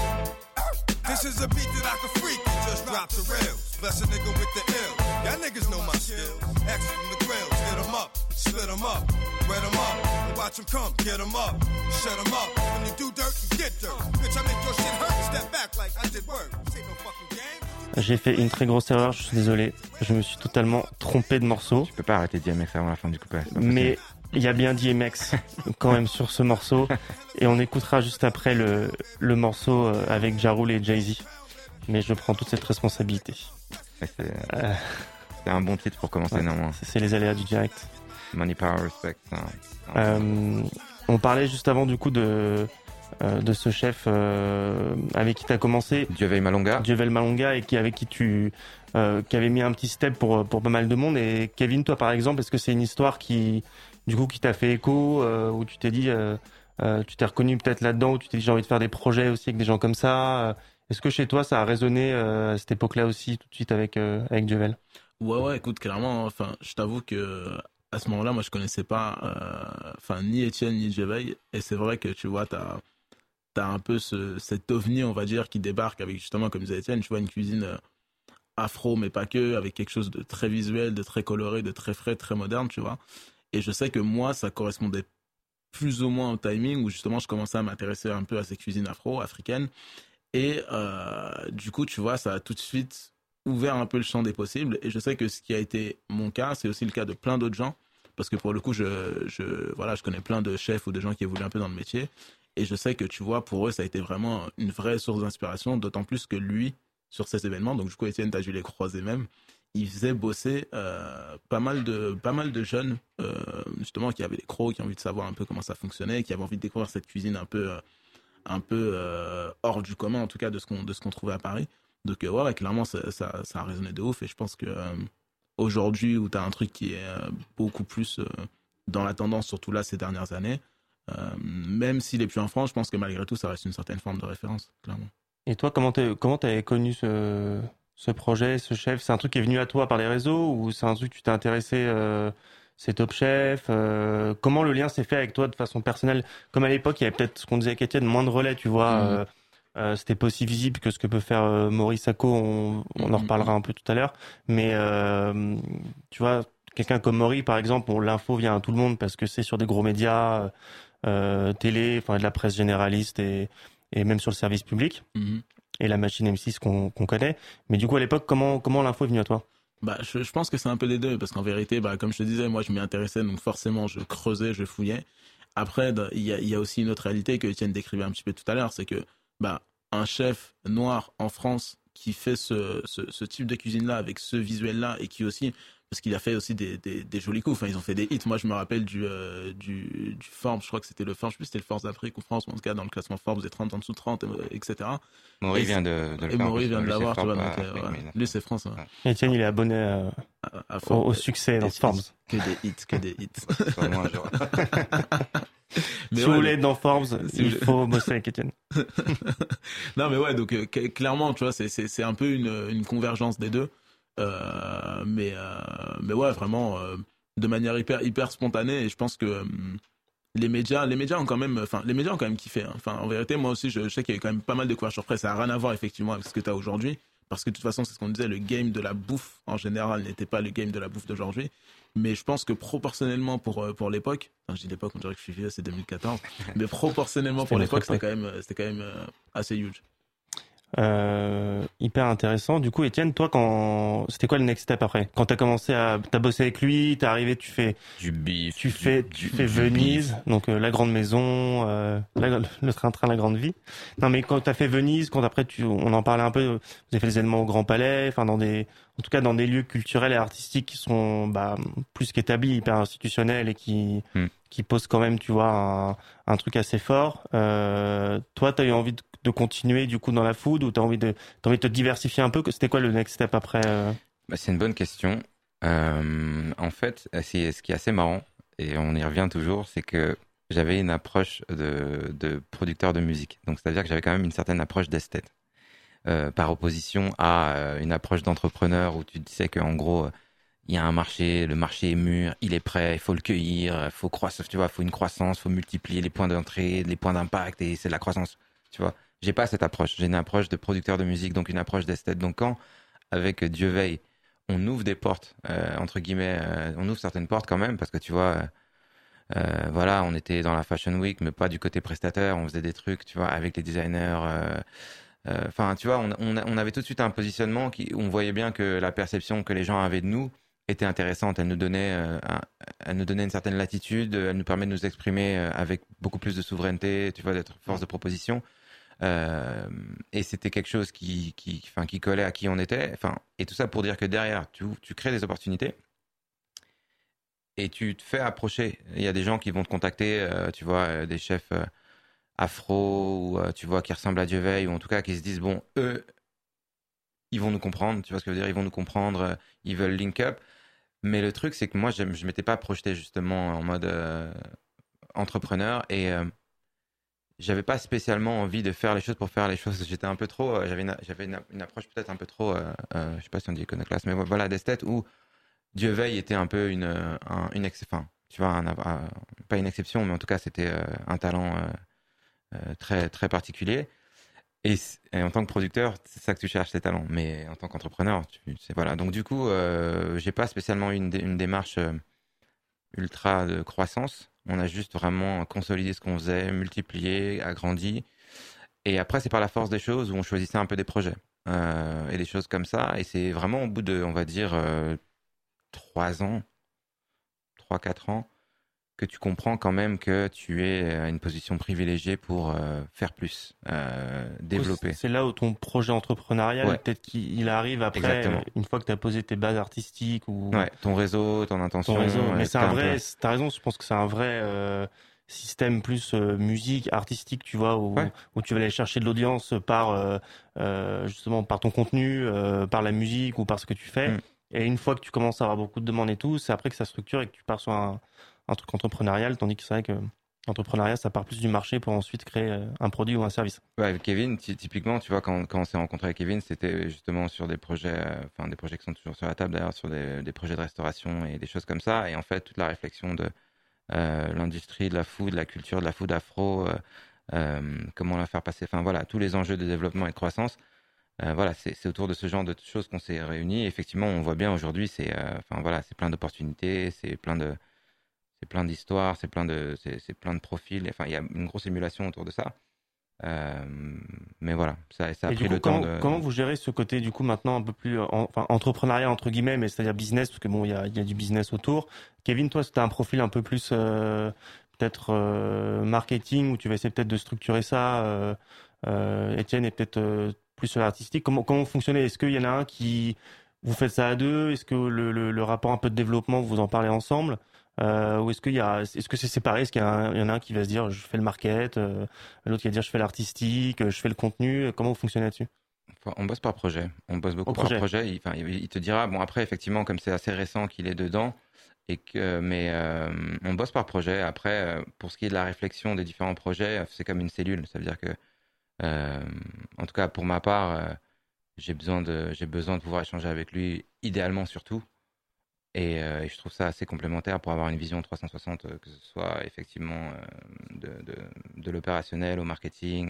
Speaker 7: This is a beat that I can freak and just drop the rails. Bless a nigga with the ill. Y'all niggas know my skills. X from the grills. Get 'em up, split 'em up, wet 'em up. And watch 'em come, get 'em up, shut 'em up. When you do dirt, you get dirt. Bitch, I make your shit hurt. Step back like I did work. This ain't no fucking game.
Speaker 1: J'ai fait une très grosse erreur, je suis désolé. Je me suis totalement trompé de morceau.
Speaker 3: Tu peux pas arrêter DMX avant la fin du couplet. c'est pas
Speaker 1: Mais il y a bien DMX quand même sur ce morceau. Et on écoutera juste après le morceau avec Ja Rule et Jay-Z. Mais je prends toute cette responsabilité.
Speaker 3: possible. C'est un bon titre pour commencer, néanmoins.
Speaker 1: C'est les aléas du direct.
Speaker 3: Money, Power, Respect.
Speaker 1: On parlait juste avant du coup de ce chef avec qui tu as commencé.
Speaker 3: Dievel Malonga.
Speaker 1: Dievel Malonga, et avec qui tu qui avait mis un petit step pour pas mal de monde. Et Kevin, toi par exemple, est-ce que c'est une histoire qui t'a fait écho, où tu t'es dit, tu t'es reconnu peut-être là-dedans, où tu t'es dit j'ai envie de faire des projets aussi avec des gens comme ça. Est-ce que chez toi ça a résonné à cette époque-là aussi tout de suite avec Dievel?
Speaker 2: Ouais, écoute, clairement, enfin, je t'avoue que à ce moment-là, moi, je connaissais pas, ni Etienne ni Dievel, et c'est vrai que tu vois, t'as un peu cet ovni, on va dire, qui débarque avec justement, comme disait Etienne, tu vois, une cuisine afro, mais pas que, avec quelque chose de très visuel, de très coloré, de très frais, très moderne, tu vois. Et je sais que moi, ça correspondait plus ou moins au timing où justement, je commençais à m'intéresser un peu à ces cuisines africaines. Et du coup, tu vois, ça a tout de suite ouvert un peu le champ des possibles. Et je sais que ce qui a été mon cas, c'est aussi le cas de plein d'autres gens. Parce que pour le coup, je connais plein de chefs ou de gens qui évoluent un peu dans le métier. Et je sais que, tu vois, pour eux, ça a été vraiment une vraie source d'inspiration, d'autant plus que lui, sur ces événements, donc du coup, Étienne, t'as dû les croiser même, il faisait bosser pas mal de jeunes, justement, qui avaient des crocs, qui avaient envie de savoir un peu comment ça fonctionnait, qui avaient envie de découvrir cette cuisine un peu hors du commun, en tout cas, de ce qu'on trouvait à Paris. Donc, ouais, clairement, ça a résonné de ouf. Et je pense que aujourd'hui, où tu as un truc qui est beaucoup plus dans la tendance, surtout là, ces dernières années, même s'il est plus en France, je pense que malgré tout, ça reste une certaine forme de référence, clairement.
Speaker 1: Et toi, comment t'avais connu ce projet, ce chef? C'est un truc qui est venu à toi par les réseaux ou c'est un truc que tu t'es intéressé, c'est Top Chef? Comment le lien s'est fait avec toi de façon personnelle? Comme à l'époque, il y avait peut-être ce qu'on disait avec Étienne, moins de relais, tu vois. C'était pas aussi visible que ce que peut faire Maurice Sacco, on en reparlera un peu tout à l'heure. Mais tu vois, quelqu'un comme Maury, par exemple, l'info vient à tout le monde parce que c'est sur des gros médias, télé, enfin de la presse généraliste et même sur le service public. Et la machine M6 qu'on connaît. Mais du coup, à l'époque, comment l'info est venue à toi?
Speaker 2: Bah, je pense que c'est un peu des deux, parce qu'en vérité, bah, comme je te disais, moi, je m'y intéressais, donc forcément, je creusais, je fouillais. Après, il y a aussi une autre réalité que Étienne décrivait un petit peu tout à l'heure, c'est que, bah, un chef noir en France qui fait ce type de cuisine-là, avec ce visuel-là, et qui aussi, parce qu'il a fait aussi des jolis coups, enfin, ils ont fait des hits. Moi, je me rappelle du Forbes, je crois que c'était le Forbes, je sais plus si c'était le Forbes d'Afrique ou France, mais en tout cas, dans le classement Forbes, des 30 en dessous de 30, etc.
Speaker 3: Maury vient de le
Speaker 2: Et
Speaker 3: faire.
Speaker 2: Maury vient de
Speaker 3: Lui, c'est
Speaker 2: l'avoir, tu vois,
Speaker 3: Forbes,
Speaker 2: donc,
Speaker 3: avec
Speaker 2: ouais.
Speaker 3: mes-
Speaker 2: Lui, c'est France, ouais.
Speaker 1: Étienne, il est abonné
Speaker 2: À Forbes.
Speaker 1: au succès dans
Speaker 2: Et-
Speaker 1: Forbes.
Speaker 2: Que des hits, que des hits.
Speaker 3: Sur moi, genre.
Speaker 2: Mais
Speaker 1: Si
Speaker 2: ouais,
Speaker 1: vous voulez être dans Forbes,
Speaker 2: Si
Speaker 1: il
Speaker 2: vous-
Speaker 1: faut bosser avec Étienne.
Speaker 2: Non, mais ouais, donc clairement, tu vois, c'est un peu une convergence des deux. Mais ouais, vraiment, de manière hyper spontanée. Et je pense que les médias ont quand même, enfin, les médias ont quand même kiffé. Hein. Enfin, en vérité, moi aussi, je sais qu'il y a quand même pas mal de couvertures presse. Ça n'a rien à voir effectivement avec ce que tu as aujourd'hui. Parce que de toute façon, c'est ce qu'on disait, le game de la bouffe en général n'était pas le game de la bouffe d'aujourd'hui. Mais je pense que proportionnellement pour l'époque, enfin, je dis l'époque, on dirait que je suis vieux, c'est 2014, mais proportionnellement pour
Speaker 1: C'était
Speaker 2: l'époque,
Speaker 1: notre
Speaker 2: c'était quand même assez huge.
Speaker 1: Hyper intéressant. Du coup, Étienne, toi, c'était quoi le next step après? Quand t'as bossé avec lui, t'es arrivé, tu fais
Speaker 3: Du
Speaker 1: Venise, donc la grande maison, le train-train, la grande vie. Non, mais quand t'as fait Venise, quand après on en parlait un peu, vous avez fait des événements au Grand Palais, enfin en tout cas dans des lieux culturels et artistiques qui sont plus qu'établis, hyper institutionnels et qui posent quand même, tu vois, un truc assez fort. Toi, t'as eu envie de continuer du coup dans la food ou t'as envie de te diversifier un peu? C'était quoi le next step après?
Speaker 3: Bah, c'est une bonne question. En fait, ce qui est assez marrant, et on y revient toujours, c'est que j'avais une approche de producteur de musique. Donc, c'est-à-dire que j'avais quand même une certaine approche d'esthète. Par opposition à une approche d'entrepreneur où tu disais qu'en gros, il y a un marché, le marché est mûr, il est prêt, il faut le cueillir, faut croître, tu vois, faut une croissance, faut multiplier les points d'entrée, les points d'impact et c'est de la croissance, tu vois. J'ai pas cette approche. J'ai une approche de producteur de musique, donc une approche d'esthète. Donc quand, avec Dieu veille, on ouvre des portes, entre guillemets, on ouvre certaines portes quand même, parce que tu vois, voilà, on était dans la Fashion Week, mais pas du côté prestataire, on faisait des trucs, tu vois, avec les designers. Enfin, tu vois, on avait tout de suite un positionnement où on voyait bien que la perception que les gens avaient de nous était intéressante. Elle nous donnait une certaine latitude, elle nous permet de nous exprimer avec beaucoup plus de souveraineté, tu vois, d'être force de proposition. Et c'était quelque chose qui collait à qui on était. Enfin, et tout ça pour dire que derrière, tu crées des opportunités et tu te fais approcher. Il y a des gens qui vont te contacter, tu vois, des chefs afro ou tu vois qui ressemblent à Dieu veille ou en tout cas qui se disent bon, eux, ils vont nous comprendre. Tu vois ce que je veux dire? Ils vont nous comprendre. Ils veulent link up. Mais le truc, c'est que moi, je m'étais pas projeté justement en mode entrepreneur et j'avais pas spécialement envie de faire les choses pour faire les choses. J'étais un peu trop, j'avais une approche peut-être un peu trop, je sais pas si on dit iconoclaste, mais voilà, d'esthète où Dieu veille était un peu enfin, tu vois, pas une exception, mais en tout cas c'était un talent très très particulier. Et en tant que producteur, c'est ça que tu cherches, les talents. Mais en tant qu'entrepreneur, voilà. Donc du coup, j'ai pas spécialement eu une démarche ultra de croissance. On a juste vraiment consolidé ce qu'on faisait, multiplié, agrandi. Et après, c'est par la force des choses où on choisissait un peu des projets et des choses comme ça. Et c'est vraiment au bout de, on va dire, 3 ans, 3-4 ans, que tu comprends quand même que tu es à une position privilégiée pour faire plus, développer.
Speaker 1: C'est là où ton projet entrepreneurial,
Speaker 3: Ouais.
Speaker 1: peut-être qu'il arrive après,
Speaker 3: Exactement.
Speaker 1: une fois que tu as posé tes bases artistiques ou
Speaker 3: Ouais, ton réseau, ton intention.
Speaker 1: ton réseau. Mais c'est un vrai,
Speaker 3: peu.
Speaker 1: t'as raison, je pense que c'est un vrai système plus musique, artistique, tu vois,
Speaker 3: Ouais.
Speaker 1: où tu vas aller chercher de l'audience par justement par ton contenu, par la musique ou par ce que tu fais.
Speaker 3: Mm.
Speaker 1: Et une fois que tu commences à avoir beaucoup de demandes et tout, c'est après que ça structure et que tu pars sur un truc entrepreneurial, tandis que c'est vrai que L'entrepreneuriat, ça part plus du marché pour ensuite créer un produit ou un service.
Speaker 3: Ouais, avec Kevin, typiquement, tu vois, quand on s'est rencontré avec Kevin, c'était justement sur des projets, enfin des projets qui sont toujours sur la table d'ailleurs, sur des projets de restauration et des choses comme ça. Et en fait, toute la réflexion de l'industrie de la food, la culture de la food afro, comment la faire passer, enfin voilà, tous les enjeux de développement et de croissance. Voilà, c'est autour de ce genre de choses qu'on s'est réunis. Et effectivement, on voit bien aujourd'hui, enfin voilà, c'est plein d'opportunités, c'est plein d'histoires, c'est plein de profils. Enfin, il y a une grosse émulation autour de ça. Mais voilà, ça a pris le temps de.
Speaker 1: Comment vous gérez ce côté du coup maintenant un peu plus entrepreneuriat entre guillemets, mais c'est-à-dire business, parce que bon, il y a du business autour. Kevin, toi, c'était un profil un peu plus peut-être marketing, où tu vas essayer peut-être de structurer ça. Étienne est peut-être plus sur l'artistique. Comment vous fonctionnez? Est-ce qu'il y en a un qui vous faites ça à deux? Est-ce que le rapport un peu de développement, vous en parlez ensemble? Ou est-ce que c'est séparé? Est-ce qu'il y en a un qui va se dire je fais le market, l'autre qui va dire je fais l'artistique, je fais le contenu? Comment vous fonctionnez là-dessus?
Speaker 3: On bosse par projet. On bosse beaucoup par projet. Il te dira, bon après effectivement comme c'est assez récent qu'il est dedans, mais on bosse par projet. Après, pour ce qui est de la réflexion des différents projets, c'est comme une cellule. Ça veut dire que, en tout cas pour ma part, j'ai besoin de pouvoir échanger avec lui, idéalement surtout. Et je trouve ça assez complémentaire pour avoir une vision 360, que ce soit effectivement de l'opérationnel au marketing.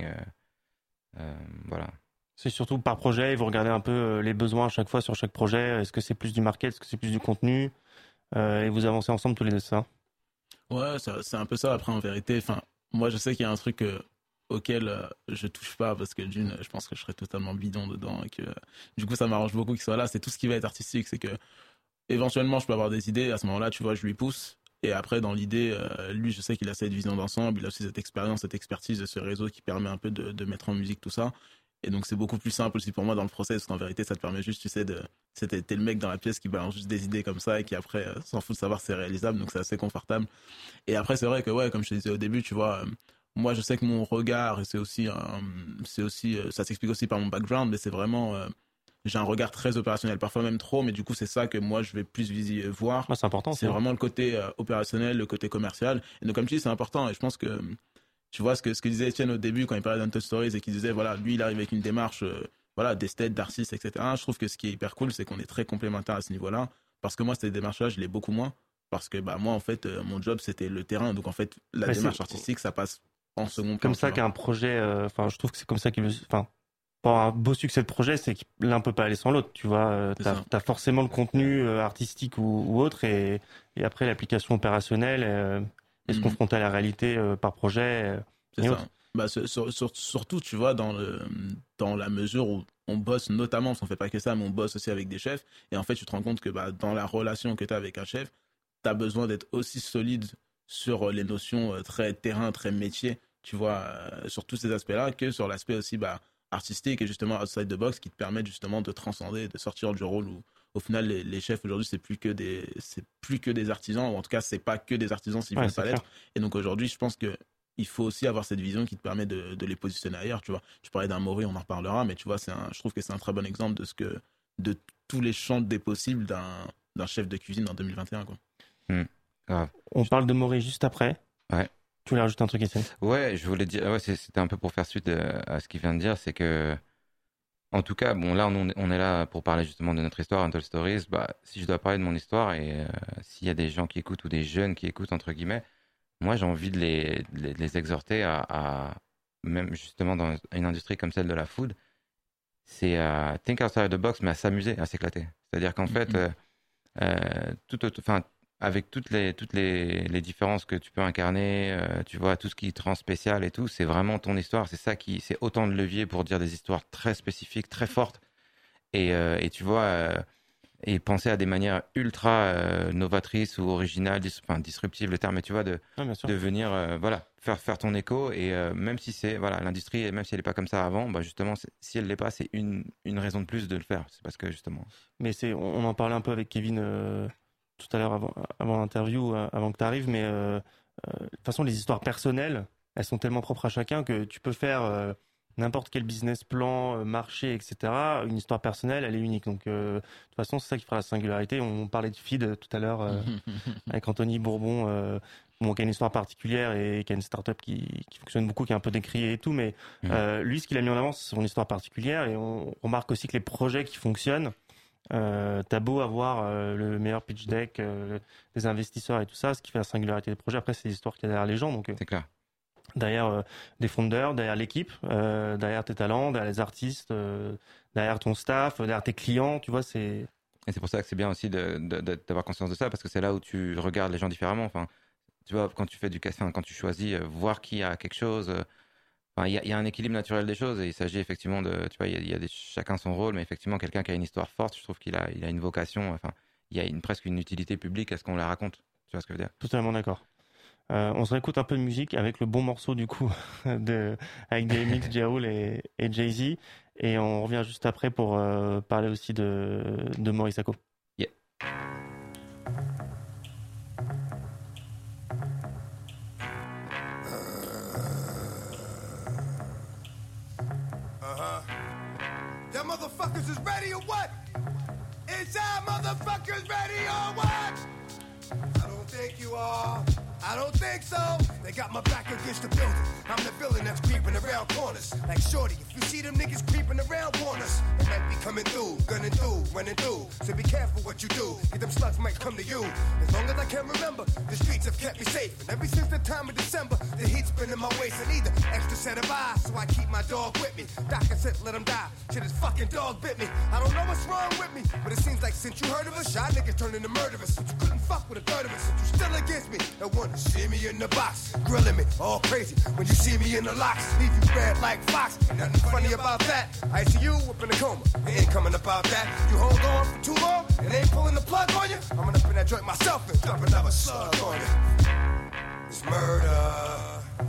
Speaker 3: Voilà.
Speaker 1: C'est surtout par projet, et vous regardez un peu les besoins à chaque fois sur chaque projet. Est-ce que c'est plus du market, est-ce que c'est plus du contenu? Et vous avancez ensemble tous les deux, ça?
Speaker 2: Ouais, c'est un peu ça. Après, en vérité, enfin, moi, je sais qu'il y a un truc auquel je touche pas parce que d'une, je pense que je serais totalement bidon dedans et que du coup, ça m'arrange beaucoup qu'il soit là. C'est tout ce qui va être artistique. C'est que éventuellement, je peux avoir des idées. À ce moment-là, tu vois, je lui pousse. Et après, dans l'idée, lui, je sais qu'il a cette vision d'ensemble. Il a aussi cette expérience, cette expertise de ce réseau qui permet un peu de mettre en musique tout ça. Et donc, c'est beaucoup plus simple aussi pour moi dans le process. Parce qu'en vérité, ça te permet juste, tu sais, t'es le mec dans la pièce qui balance juste des idées comme ça et qui après s'en fout de savoir si c'est réalisable. Donc, c'est assez confortable. Et après, c'est vrai que, ouais, comme je te disais au début, tu vois, moi, je sais que mon regard, et ça s'explique aussi par mon background, mais c'est vraiment. J'ai un regard très opérationnel, parfois même trop, mais du coup, c'est ça que moi, je vais plus voir.
Speaker 1: Ah, c'est important.
Speaker 2: C'est vraiment le côté opérationnel, le côté commercial. Et donc, comme tu dis, c'est important. Et je pense que, tu vois, ce que disait Étienne au début, quand il parlait d'Untold Stories, et qu'il disait, voilà, lui, il arrive avec une démarche, voilà, d'esthète, d'artiste, etc. Je trouve que ce qui est hyper cool, c'est qu'on est très complémentaires à ce niveau-là. Parce que moi, cette démarche-là, je l'ai beaucoup moins. Parce que, bah, moi, en fait, mon job, c'était le terrain. Donc, en fait, la démarche artistique, ça passe en second plan.
Speaker 1: Comme ça qu'un projet, enfin, je trouve que c'est comme ça qu'il veut, enfin, pour un beau succès de projet, c'est que l'un peut pas aller sans l'autre, tu vois. T'as forcément le contenu artistique ou autre, et après l'application opérationnelle, et se confronter à la réalité par projet.
Speaker 2: C'est ça. Bah, surtout, tu vois, dans la mesure où on bosse notamment, parce qu'on fait pas que ça, mais on bosse aussi avec des chefs, et en fait, tu te rends compte que bah, dans la relation que tu as avec un chef, tu as besoin d'être aussi solide sur les notions très terrain, très métier, tu vois, sur tous ces aspects-là, que sur l'aspect aussi bah, artistique et justement outside the box qui te permettent justement de transcender, de sortir du rôle où au final les chefs aujourd'hui c'est plus que des artisans, ou en tout cas c'est pas que des artisans s'ils veulent pas l'être. Et donc aujourd'hui je pense que il faut aussi avoir cette vision qui te permet de les positionner ailleurs, tu vois. Tu parlais d'un Maury, on en reparlera, mais tu vois je trouve que c'est un très bon exemple de tous les champs des possibles d'un chef de cuisine en 2021 quoi.
Speaker 1: On parle de Maury juste après.
Speaker 3: Ouais.
Speaker 1: Tu voulais rajouter un truc, Étienne?
Speaker 3: Ouais, je voulais dire, ouais, c'était un peu pour faire suite à ce qu'il vient de dire, c'est que, en tout cas, bon, là, on est là pour parler justement de notre histoire, Untold Stories. Bah, si je dois parler de mon histoire et s'il y a des gens qui écoutent ou des jeunes qui écoutent, entre guillemets, moi, j'ai envie de les exhorter à, même justement dans une industrie comme celle de la food, c'est à think outside the box, mais à s'amuser, à s'éclater. C'est-à-dire qu'en fait, avec toutes les différences que tu peux incarner, tu vois, tout ce qui te rend spécial et tout, c'est vraiment ton histoire. C'est autant de leviers pour dire des histoires très spécifiques, très fortes. Et tu vois, et penser à des manières ultra novatrices ou originales, disruptives, le terme, mais tu vois, de venir, voilà, faire ton écho. Et même si c'est, voilà, l'industrie, même si elle n'est pas comme ça avant, bah justement, si elle l'est pas, c'est une raison de plus de le faire. C'est parce que justement.
Speaker 1: Mais on en parlait un peu avec Kevin tout à l'heure avant l'interview, avant que tu arrives, mais de toute façon, les histoires personnelles, elles sont tellement propres à chacun que tu peux faire n'importe quel business plan, marché, etc. Une histoire personnelle, elle est unique. Donc, de toute façon, c'est ça qui fera la singularité. On parlait de feed tout à l'heure avec Anthony Bourbon, bon, qui a une histoire particulière et qui a une start-up qui fonctionne beaucoup, qui est un peu décriée et tout, mais lui, ce qu'il a mis en avant, c'est son histoire particulière, et on remarque aussi que les projets qui fonctionnent, t'as beau avoir le meilleur pitch deck, des investisseurs et tout ça, ce qui fait la singularité des projets, après, c'est l'histoire qu'il y a derrière les gens, donc
Speaker 3: C'est clair.
Speaker 1: derrière des fondeurs, derrière l'équipe, derrière tes talents, derrière les artistes, derrière ton staff, derrière tes clients, tu vois, c'est...
Speaker 3: Et c'est pour ça que c'est bien aussi d'avoir conscience de ça, parce que c'est là où tu regardes les gens différemment. Enfin, tu vois, quand tu fais du casting, quand tu choisis, voir qui a quelque chose, enfin, il y a un équilibre naturel des choses, et il s'agit effectivement de, tu vois, il y a chacun son rôle, mais effectivement, quelqu'un qui a une histoire forte, je trouve qu'il a une vocation, enfin, il y a presque une utilité publique à ce qu'on la raconte. Tu vois ce que je veux dire?
Speaker 1: Totalement d'accord. On se réécoute un peu de musique avec le bon morceau du coup avec des mix Ja Rule et Jay-Z, et on revient juste après pour parler aussi de Maurice Sacco.
Speaker 3: Yeah.
Speaker 7: Y'all motherfuckers is ready or what? Is y'all motherfuckers ready or what? I don't think you are. I don't think so. They got my back against the building. I'm the villain that's creeping around corners. Like Shorty, if you see them niggas creeping around, warn us. They might be coming through, gunning through, running through. So be careful what you do, cause them slugs might come to you. As long as I can remember, the streets have kept me safe. And ever since the time of December, the heat's been in my waist. I need an extra set of eyes, so I keep my dog with me. Doctor said let him die, shit his fucking dog bit me. I don't know what's wrong with me, but it seems like since you heard of us, y'all niggas turned into murderers. But you couldn't fuck with a third of us, but you still against me. They wanna see me in the box, grilling me all crazy. When you see me in the locks, leave you red like Fox. Ain't nothing funny about that. I see you up in a coma, it ain't coming about that. You hold on for too long, and they ain't pulling the plug on you. I'm gonna up in that joint myself and drop another slug on you. It's murder.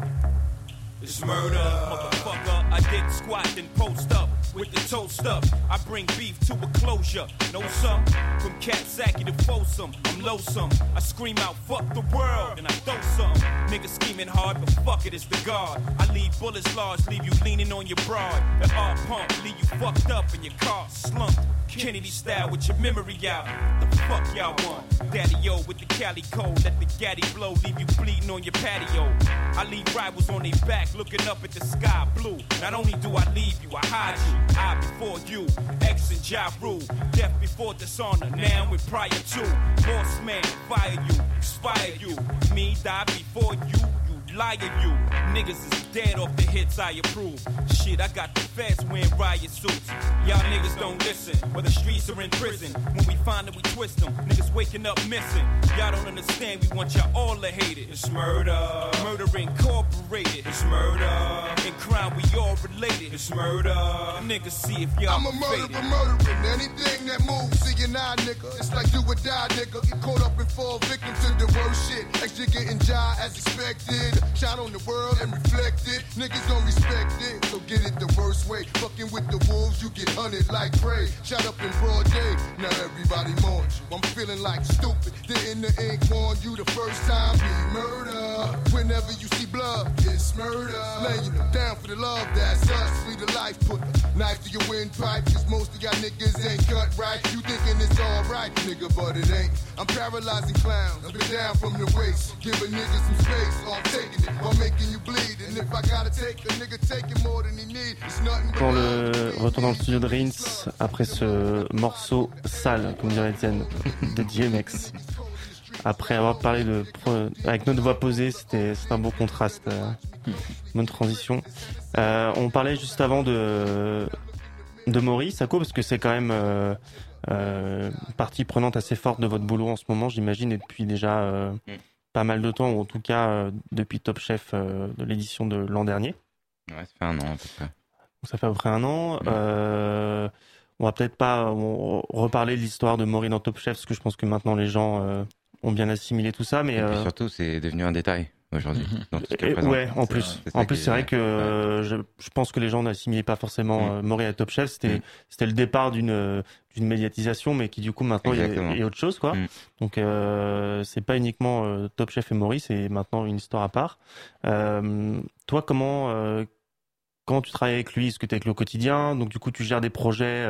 Speaker 8: It's murder, motherfucker. I did squat and post up with the toast up. I bring beef to a closure. Know some? From Katsaki to Folsom, I'm loathsome. I scream out, fuck the world, and I throw some. Niggas scheming hard, but fuck it, it's the guard. I leave bullets large, leave you leaning on your broad. The R pump, leave you fucked up in your car, slumped. Kennedy style with your memory out. The fuck y'all want? Daddy-o with the Cali code, let the gaddy blow, leave you bleeding on your patio. I leave rivals on their back, looking up at the sky blue. Not only do I leave you, I hide you. I before you, X and Ja Rule. Death before dishonor, now and prior to. Boss man, fire you, expire you. Me die before you. Liar you, niggas is dead off the hits I approve. Shit, I got the feds wearing riot suits. Y'all niggas don't listen, where the streets are in prison. When we find it, we twist them. Niggas waking up missing. Y'all don't understand, we want y'all all to hate it. It's murder, murder incorporated. It's murder, in crime we all related. It's murder, niggas see if y'all
Speaker 9: I'm a murderer, murdering anything that moves. See you now, nigga. It's like do or die, nigga. Get caught up and fall victim to the worst shit. Extra getting Ja as expected. Shine on the world and reflect it. Niggas don't respect it, so get it the worst way. Fucking with the wolves, you get hunted like prey. Shot up in broad day, now everybody mourns you. I'm feeling like stupid. Didn't the ink warn you the first time? Be murder. Whenever you see blood, it's murder. Laying them down for the love, that's us. Free the life, put the knife to your windpipe. Cause most of y'all niggas ain't cut right. You thinking it's alright, nigga, but it ain't. I'm paralyzing clowns, I've been down from the waist. Give a nigga some space, so I'm taking it while making you bleed. And if I gotta take a nigga, take it more than he need. It's nothing but
Speaker 1: Pour le retour dans le studio de Rince, après ce morceau sale, comme dirait Étienne, de DMX. Après avoir parlé avec notre voix posée, c'est un beau contraste, bonne transition. On parlait juste avant de Maurice Sacco, parce que c'est quand même partie prenante assez forte de votre boulot en ce moment, j'imagine, et depuis déjà pas mal de temps, ou en tout cas depuis Top Chef de l'édition de l'an dernier.
Speaker 3: Ouais, ça fait un an à peu près.
Speaker 1: Donc, ça fait à peu près un an. On va peut-être pas reparler de l'histoire de Maury dans Top Chef, parce que je pense que maintenant les gens ont bien assimilé tout ça. Mais
Speaker 3: et puis surtout, c'est devenu un détail aujourd'hui. Dans tout ce qu'elle présente.
Speaker 1: Ouais, en plus. C'est vrai que je pense que les gens n'assimilaient pas forcément Maury à Top Chef. C'était le départ d'une médiatisation, mais qui du coup maintenant est autre chose, quoi. Donc c'est pas uniquement Top Chef et Maury, c'est maintenant une histoire à part. Toi, quand tu travailles avec lui, est-ce que tu es avec lui au quotidien? Donc du coup, tu gères des projets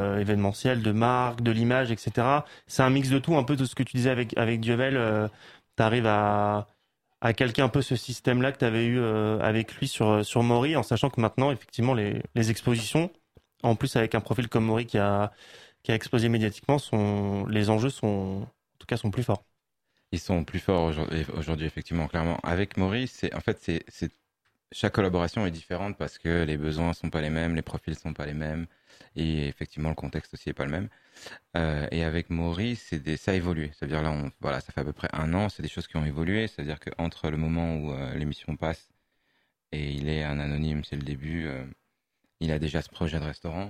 Speaker 1: événementiels, de marque, de l'image, etc. C'est un mix de tout, un peu de ce que tu disais avec Dievel. t'arrives à calquer un peu ce système-là que t'avais eu avec lui sur Maury, en sachant que maintenant, effectivement, les expositions, en plus avec un profil comme Maury qui a explosé médiatiquement, les enjeux en tout cas, sont plus forts.
Speaker 3: Ils sont plus forts aujourd'hui, effectivement, clairement. Avec Maurice, chaque collaboration est différente parce que les besoins sont pas les mêmes, les profils sont pas les mêmes, et effectivement, le contexte aussi est pas le même. Et avec Maurice, ça a évolué. C'est-à-dire là, ça fait à peu près 1 an, c'est des choses qui ont évolué. C'est-à-dire qu'entre le moment où l'émission passe et il est un anonyme, c'est le début, il a déjà ce projet de restaurant.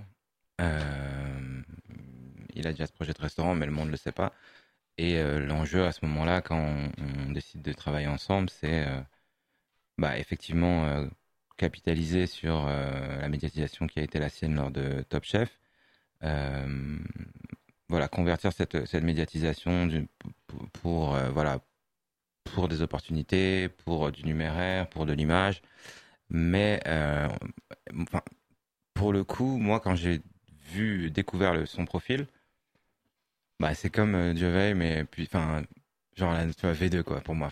Speaker 3: Mais le monde ne le sait pas. Et l'enjeu à ce moment-là, quand on décide de travailler ensemble, c'est effectivement capitaliser sur la médiatisation qui a été la sienne lors de Top Chef. Convertir cette médiatisation pour des opportunités, pour du numéraire, pour de l'image. Mais pour le coup, moi, quand j'ai découvert son profil, c'est comme Dieu veille, mais puis, genre tu vois, V2 quoi, pour moi.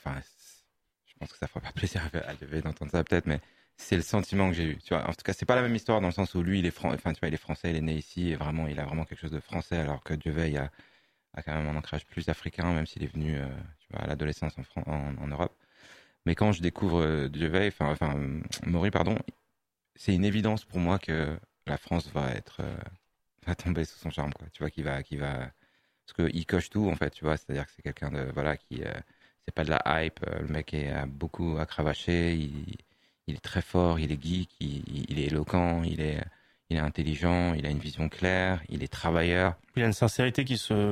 Speaker 3: Je pense que ça fera pas plaisir à Dieu veille d'entendre ça peut-être, mais c'est le sentiment que j'ai eu. Tu vois, en tout cas, c'est pas la même histoire dans le sens où lui, il est il est français, il est né ici et vraiment, il a vraiment quelque chose de français, alors que Dieu veille a quand même un ancrage plus africain, même s'il est venu, à l'adolescence en Europe. Mais quand je découvre Dieu veille, Maury, pardon, c'est une évidence pour moi que la France va tomber sous son charme, quoi. Tu vois, qu'il va parce qu'il coche tout, en fait, tu vois, c'est-à-dire que c'est quelqu'un qui c'est pas de la hype, le mec a beaucoup à cravacher, il est très fort, il est geek, il est éloquent, il est intelligent, il a une vision claire, il est travailleur.
Speaker 1: Il a une sincérité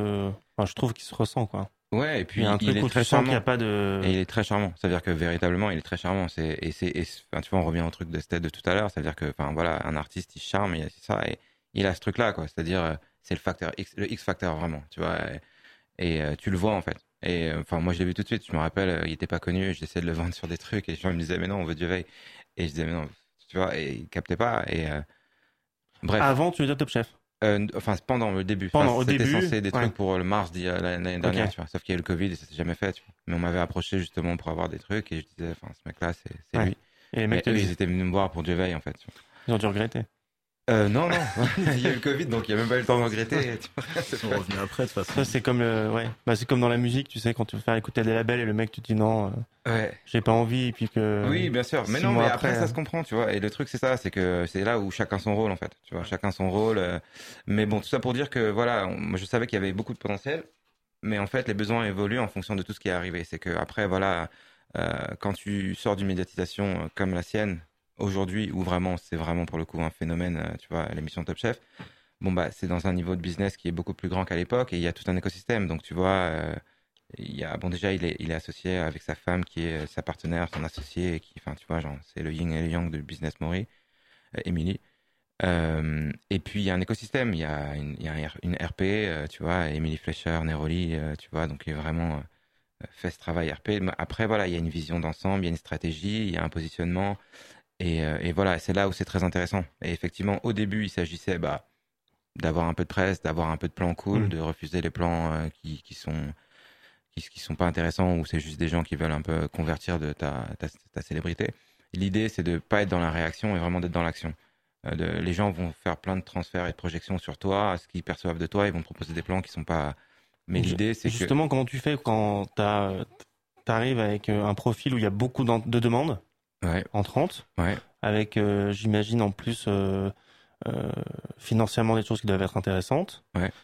Speaker 1: je trouve qu'il se ressent, quoi.
Speaker 3: Ouais, et puis
Speaker 1: il y a un truc où tu sens qu'il n'y a pas de...
Speaker 3: Et il est très charmant, c'est-à-dire que véritablement, il est très charmant. Tu vois, on revient au truc de Stead de tout à l'heure, c'est-à-dire que, un artiste, il charme, il a ça, et il a ce truc-là, quoi, c'est-à-dire, c'est le facteur X, le X-factor, vraiment, tu vois, et tu le vois, en fait. Et moi, je l'ai vu tout de suite, je me rappelle, il était pas connu, j'essayais de le vendre sur des trucs, et les gens me disaient, mais non, on veut Dieu veille. Et je disais, mais non, tu vois, et il captait pas, et bref.
Speaker 1: Avant, tu veux dire Top Chef?
Speaker 3: Pendant le début. C'était censé des trucs pour le mars l'année dernière, tu vois. Sauf qu'il y a eu le Covid et ça s'est jamais fait, tu vois. Mais on m'avait approché justement pour avoir des trucs et je disais, ce mec-là, c'est lui.
Speaker 1: Et les mecs,
Speaker 3: ils étaient venus me voir pour Dieu veille, en fait.
Speaker 1: Ils ont dû regretter.
Speaker 3: Non. Il y a eu le Covid, donc il n'y a même pas eu le temps de regretter.
Speaker 2: C'est revenu après, de toute façon.
Speaker 1: Ça, c'est comme c'est comme dans la musique, tu sais, quand tu veux faire écouter des labels et le mec te dit non, j'ai pas envie, et puis que...
Speaker 3: Oui, bien sûr. Mais non, mais après, ça se comprend, tu vois. Et le truc, c'est ça, c'est que c'est là où chacun son rôle, en fait. Tu vois, chacun son rôle. Mais bon, tout ça pour dire que, moi, je savais qu'il y avait beaucoup de potentiel, mais en fait, les besoins évoluent en fonction de tout ce qui est arrivé. C'est que après, quand tu sors d'une médiatisation comme la sienne, aujourd'hui, où c'est vraiment pour le coup un phénomène, tu vois, l'émission Top Chef, c'est dans un niveau de business qui est beaucoup plus grand qu'à l'époque et il y a tout un écosystème. Donc, tu vois, déjà, il est associé avec sa femme qui est sa partenaire, son associé, et tu vois, c'est le yin et le yang du business Maury, Émilie. Et puis, il y a un écosystème, il y a une RP, tu vois, Émilie Fleischer, Neroli, tu vois, donc il est vraiment fait ce travail RP. Après, il y a une vision d'ensemble, il y a une stratégie, il y a un positionnement. Et voilà, c'est là où c'est très intéressant. Et effectivement, au début, il s'agissait d'avoir un peu de presse, d'avoir un peu de plans cool, de refuser les plans qui sont pas intéressants ou c'est juste des gens qui veulent un peu convertir de ta célébrité. L'idée, c'est de pas être dans la réaction et vraiment d'être dans l'action. Les gens vont faire plein de transferts et de projections sur toi, ce qu'ils perçoivent de toi, ils vont te proposer des plans qui sont pas... Mais l'idée, c'est
Speaker 1: justement, comment tu fais quand t'arrives avec un profil où il y a beaucoup de demandes entrantes, avec, j'imagine, en plus, financièrement, des choses qui doivent être intéressantes.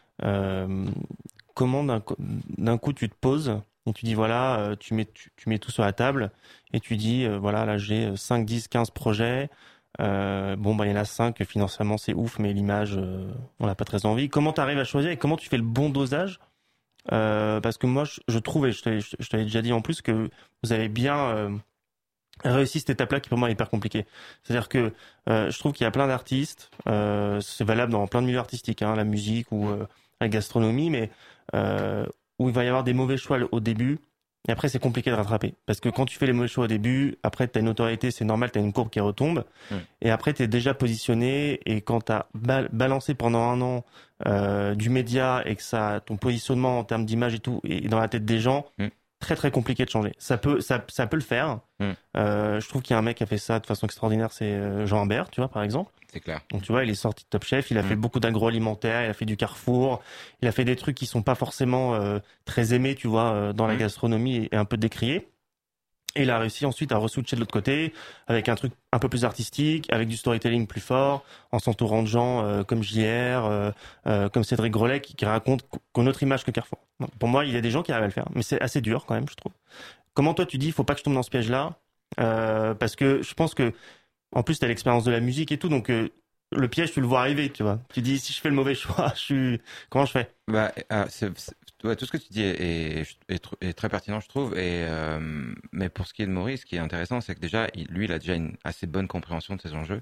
Speaker 1: Comment d'un coup tu te poses et tu dis tu mets tout sur la table et tu dis là j'ai 5, 10, 15 projets, il y en a 5 financièrement c'est ouf mais l'image on n'a pas très envie. Comment tu arrives à choisir et comment tu fais le bon dosage, parce que moi je trouve, et je t'avais déjà dit en plus, que vous avez bien réussi cette étape-là qui pour moi est hyper compliquée. C'est-à-dire que je trouve qu'il y a plein d'artistes, c'est valable dans plein de milieux artistiques, la musique ou la gastronomie, mais où il va y avoir des mauvais choix au début, et après c'est compliqué de rattraper. Parce que quand tu fais les mauvais choix au début, après tu as une notoriété, c'est normal, tu as une courbe qui retombe, et après tu es déjà positionné, et quand tu as balancé pendant un an du média, et que ton positionnement en termes d'image et tout est dans la tête des gens, très très compliqué de changer. Ça peut le faire. Je trouve qu'il y a un mec qui a fait ça de façon extraordinaire, c'est Jean Humbert, tu vois, par exemple.
Speaker 3: C'est clair.
Speaker 1: Donc tu vois, il est sorti de Top Chef, il a fait beaucoup d'agroalimentaire, il a fait du Carrefour, il a fait des trucs qui sont pas forcément très aimés, tu vois, dans la gastronomie et un peu décriés. Et il a réussi ensuite à re-switcher de l'autre côté, avec un truc un peu plus artistique, avec du storytelling plus fort, en s'entourant de gens comme JR, comme Cédric Grolet, qui racontent qu'une autre image que Carrefour. Donc, pour moi, il y a des gens qui arrivent à le faire, mais c'est assez dur quand même, je trouve. Comment toi tu dis, il faut pas que je tombe dans ce piège-là, parce que je pense que, en plus, t'as l'expérience de la musique et tout, donc le piège, tu le vois arriver, tu vois. Tu dis, si je fais le mauvais choix, comment je fais?
Speaker 3: Bah, ouais, tout ce que tu dis est très pertinent, je trouve. Mais pour ce qui est de Maurice, ce qui est intéressant, c'est que déjà, lui, il a déjà une assez bonne compréhension de ses enjeux.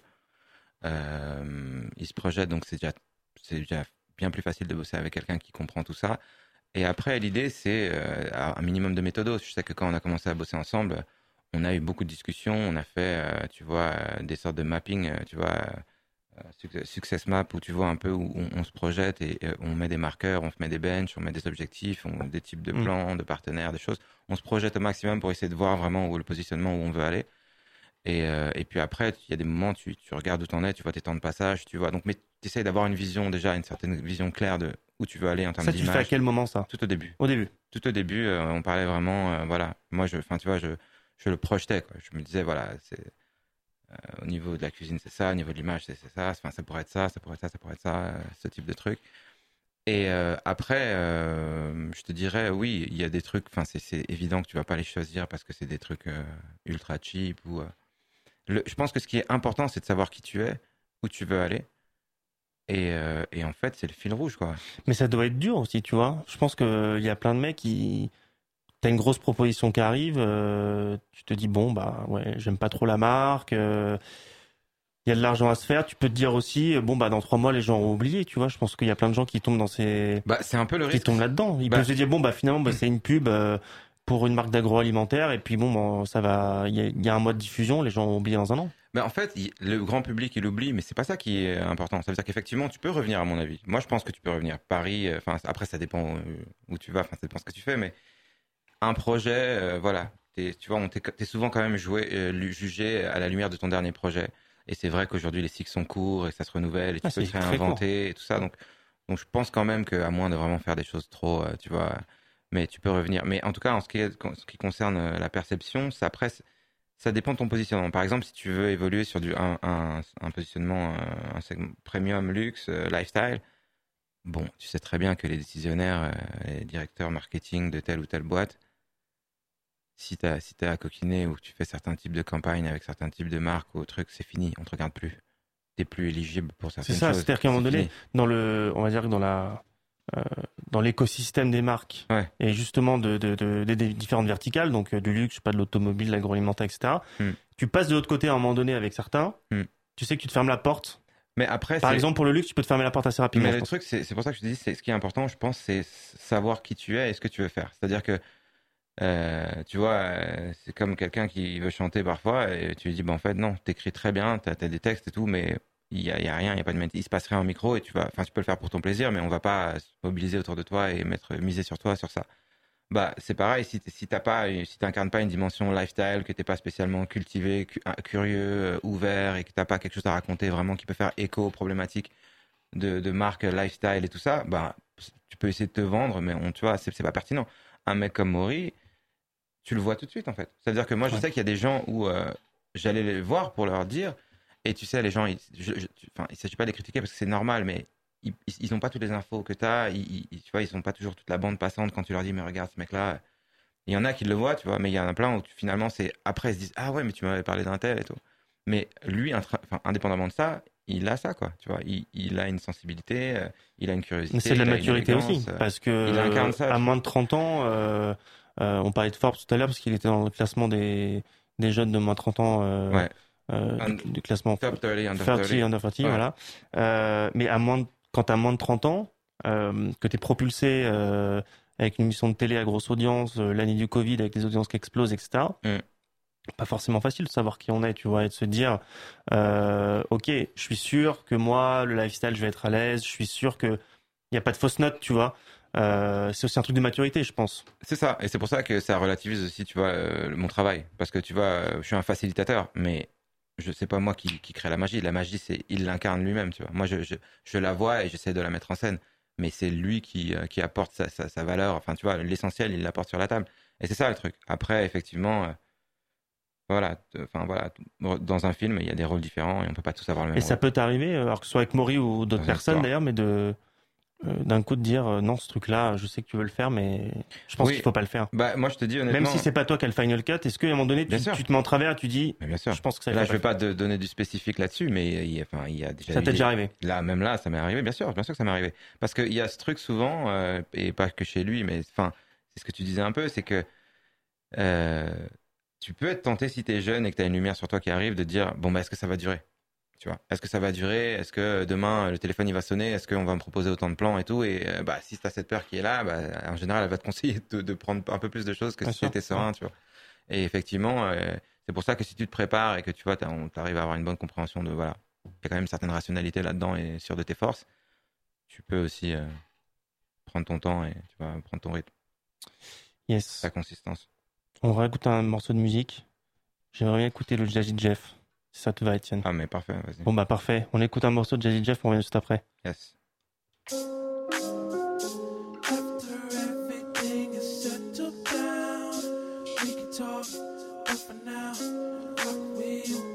Speaker 3: Il se projette, donc c'est déjà bien plus facile de bosser avec quelqu'un qui comprend tout ça. Et après, l'idée, c'est un minimum de méthodos. Je sais que quand on a commencé à bosser ensemble, on a eu beaucoup de discussions. On a fait, tu vois, des sortes de mapping, tu vois. Success map où tu vois un peu où on se projette et on met des marqueurs, on met des benches, on met des objectifs, des types de plans, de partenaires, des choses. On se projette au maximum pour essayer de voir vraiment où le positionnement où on veut aller. Et puis après, il y a des moments, tu regardes où t'en es, tu vois tes temps de passage, tu vois. Donc, mais tu essayes d'avoir une vision déjà, une certaine vision claire de où tu veux aller en termes d'image.
Speaker 1: Ça, tu fais à quel moment ça?
Speaker 3: Tout au début.
Speaker 1: Au début.
Speaker 3: Tout au début, on parlait vraiment, voilà. Moi, tu vois, je le projetais, quoi. Je me disais, voilà, au niveau de la cuisine, c'est ça. Au niveau de l'image, c'est ça. Enfin, ça pourrait être ça, ça pourrait être ça, ça pourrait être ça, ce type de truc. Et après, je te dirais, oui, il y a des trucs. Enfin, c'est évident que tu vas pas les choisir parce que c'est des trucs ultra cheap ou. Je pense que ce qui est important, c'est de savoir qui tu es, où tu veux aller. Et en fait, c'est le fil rouge, quoi.
Speaker 1: Mais ça doit être dur aussi, tu vois. Je pense qu'il y a plein de mecs qui. T'as une grosse proposition qui arrive, tu te dis bon bah ouais, j'aime pas trop la marque, il y a de l'argent à se faire, tu peux te dire aussi bon bah dans 3 mois les gens ont oublié, tu vois. Je pense qu'il y a plein de gens qui tombent dans ces
Speaker 3: c'est un peu le
Speaker 1: qui
Speaker 3: risque.
Speaker 1: tombent là-dedans. Ils peuvent se dire bon bah finalement c'est une pub pour une marque d'agroalimentaire et puis bon ça va, il y a un mois de diffusion, les gens ont oublié dans un an.
Speaker 3: En fait, le grand public il oublie, mais c'est pas ça qui est important. Ça veut dire qu'effectivement tu peux revenir, à mon avis. Moi je pense que tu peux revenir. Paris, enfin après ça dépend où tu vas, enfin ça dépend ce que tu fais, mais un projet, voilà, tu vois, t'es souvent quand même jugé à la lumière de ton dernier projet. Et c'est vrai qu'aujourd'hui les cycles sont courts et ça se renouvelle et tu peux te réinventer et tout ça. Donc je pense quand même qu'à moins de vraiment faire des choses trop, tu vois, mais tu peux revenir. Mais en tout cas, en ce qui concerne la perception, ça dépend de ton positionnement. Par exemple, si tu veux évoluer sur un positionnement, un segment premium, luxe, lifestyle. Bon, tu sais très bien que les décisionnaires, les directeurs marketing de telle ou telle boîte, si t'es à coquiner ou que tu fais certains types de campagnes avec certains types de marques ou trucs, c'est fini, on te regarde plus. T'es plus éligible pour certaines choses.
Speaker 1: C'est ça, c'est-à-dire qu'à un moment donné, on va dire que dans l'écosystème des marques et justement des différentes verticales, donc du luxe, pas de l'automobile, de l'agroalimentaire, etc. Tu passes de l'autre côté à un moment donné avec certains, tu sais que tu te fermes la porte.
Speaker 3: Mais après,
Speaker 1: par exemple, pour le luxe, tu peux te fermer la porte assez rapidement.
Speaker 3: Mais le truc, c'est pour ça que je te dis, ce qui est important, je pense, c'est savoir qui tu es et ce que tu veux faire. C'est-à-dire que, tu vois, c'est comme quelqu'un qui veut chanter parfois et tu lui dis, en fait, non, t'écris très bien, t'as des textes et tout, mais il y a rien, il y a pas il se passe rien au micro et tu peux le faire pour ton plaisir, mais on va pas se mobiliser autour de toi et miser sur toi, sur ça. C'est pareil, si t'incarnes pas une dimension lifestyle, que t'es pas spécialement cultivé, curieux, ouvert et que t'as pas quelque chose à raconter vraiment qui peut faire écho aux problématiques de marque lifestyle et tout ça, tu peux essayer de te vendre, mais tu vois, c'est pas pertinent. Un mec comme Maury, tu le vois tout de suite en fait. C'est-à-dire que moi je sais qu'il y a des gens où j'allais les voir pour leur dire, et tu sais, les gens, il s'agit pas de les critiquer parce que c'est normal, mais ils n'ont pas toutes les infos que tu as, tu vois, ils n'ont pas toujours toute la bande passante quand tu leur dis, mais regarde ce mec-là. Il y en a qui le voient, tu vois, mais il y en a plein où finalement, après, ils se disent, ah ouais, mais tu m'avais parlé d'un tel et tout. Mais lui, indépendamment de ça, il a ça, quoi, tu vois, il a une sensibilité, il a une curiosité.
Speaker 1: Mais c'est de la maturité aussi, parce que
Speaker 3: il incarne ça,
Speaker 1: à moins de 30 ans, on parlait de Forbes tout à l'heure parce qu'il était dans le classement des jeunes de moins de 30 ans, du classement
Speaker 3: Top 30, Under
Speaker 1: 30,
Speaker 3: 30.
Speaker 1: Under 30, voilà. Mais quand t'as moins de 30 ans, que t'es propulsé avec une émission de télé à grosse audience, l'année du Covid avec des audiences qui explosent, etc. Pas forcément facile de savoir qui on est, tu vois, et de se dire, ok, je suis sûr que moi, le lifestyle, je vais être à l'aise, je suis sûr que y a pas de fausses notes, tu vois. c'est aussi un truc de maturité, je pense.
Speaker 3: C'est ça, et c'est pour ça que ça relativise aussi, tu vois, mon travail. Parce que tu vois, je suis un facilitateur, mais c'est pas moi qui crée la magie. La magie, il l'incarne lui-même, tu vois. Moi, je la vois et j'essaie de la mettre en scène, mais c'est lui qui apporte sa valeur. Enfin, tu vois, l'essentiel, il l'apporte sur la table. Et c'est ça le truc. Après, effectivement, voilà, dans un film, il y a des rôles différents et on peut pas tous avoir le même
Speaker 1: Et
Speaker 3: rôle.
Speaker 1: ça peut t'arriver, alors que ce soit avec Maury ou d'autres
Speaker 3: Dans une
Speaker 1: personnes
Speaker 3: histoire.
Speaker 1: d'ailleurs, mais d'un coup de dire non, ce truc-là, je sais que tu veux le faire, mais je pense
Speaker 3: Oui.
Speaker 1: qu'il faut pas le faire.
Speaker 3: Bah, moi, je te dis honnêtement.
Speaker 1: Même si c'est pas toi qui as le final cut, est-ce qu'à un moment donné,
Speaker 3: Bien sûr.
Speaker 1: tu te mets en travers et tu dis,
Speaker 3: Mais bien sûr.
Speaker 1: je pense que ça
Speaker 3: Là,
Speaker 1: va
Speaker 3: je vais pas te donner du spécifique là-dessus, mais il y a déjà.
Speaker 1: Ça
Speaker 3: eu
Speaker 1: t'est déjà arrivé.
Speaker 3: Même là, ça m'est arrivé, bien sûr que ça m'est arrivé. Parce qu'il y a ce truc souvent, et pas que chez lui, mais enfin, c'est ce que tu disais un peu, c'est que tu peux être tenté si t'es jeune et que t'as une lumière sur toi qui arrive de dire, bon, bah, est-ce que ça va durer? Tu vois, est-ce que ça va durer? Est-ce que demain le téléphone il va sonner? Est-ce qu'on va me proposer autant de plans et tout? Et bah, si t'as cette peur qui est là, bah, en général, elle va te conseiller de prendre un peu plus de choses que
Speaker 1: Bien
Speaker 3: si
Speaker 1: sûr.
Speaker 3: t'étais serein, tu vois. Et effectivement, c'est pour ça que si tu te prépares et que tu vois, t'arrives à avoir une bonne compréhension de voilà, il y a quand même une certaine rationalité là-dedans et sûr de tes forces, tu peux aussi prendre ton temps et tu vas prendre ton rythme,
Speaker 1: Yes.
Speaker 3: ta consistance.
Speaker 1: On va écouter un morceau de musique. J'aimerais bien écouter le Jazzy Jeff. Si ça te va, Étienne.
Speaker 3: Ah, mais parfait, vas-y.
Speaker 1: Bon, bah, parfait. On écoute un morceau de Jazzy Jeff, on revient juste après.
Speaker 3: Yes.
Speaker 10: After everything is settled down, we can talk, but for now, rock with you.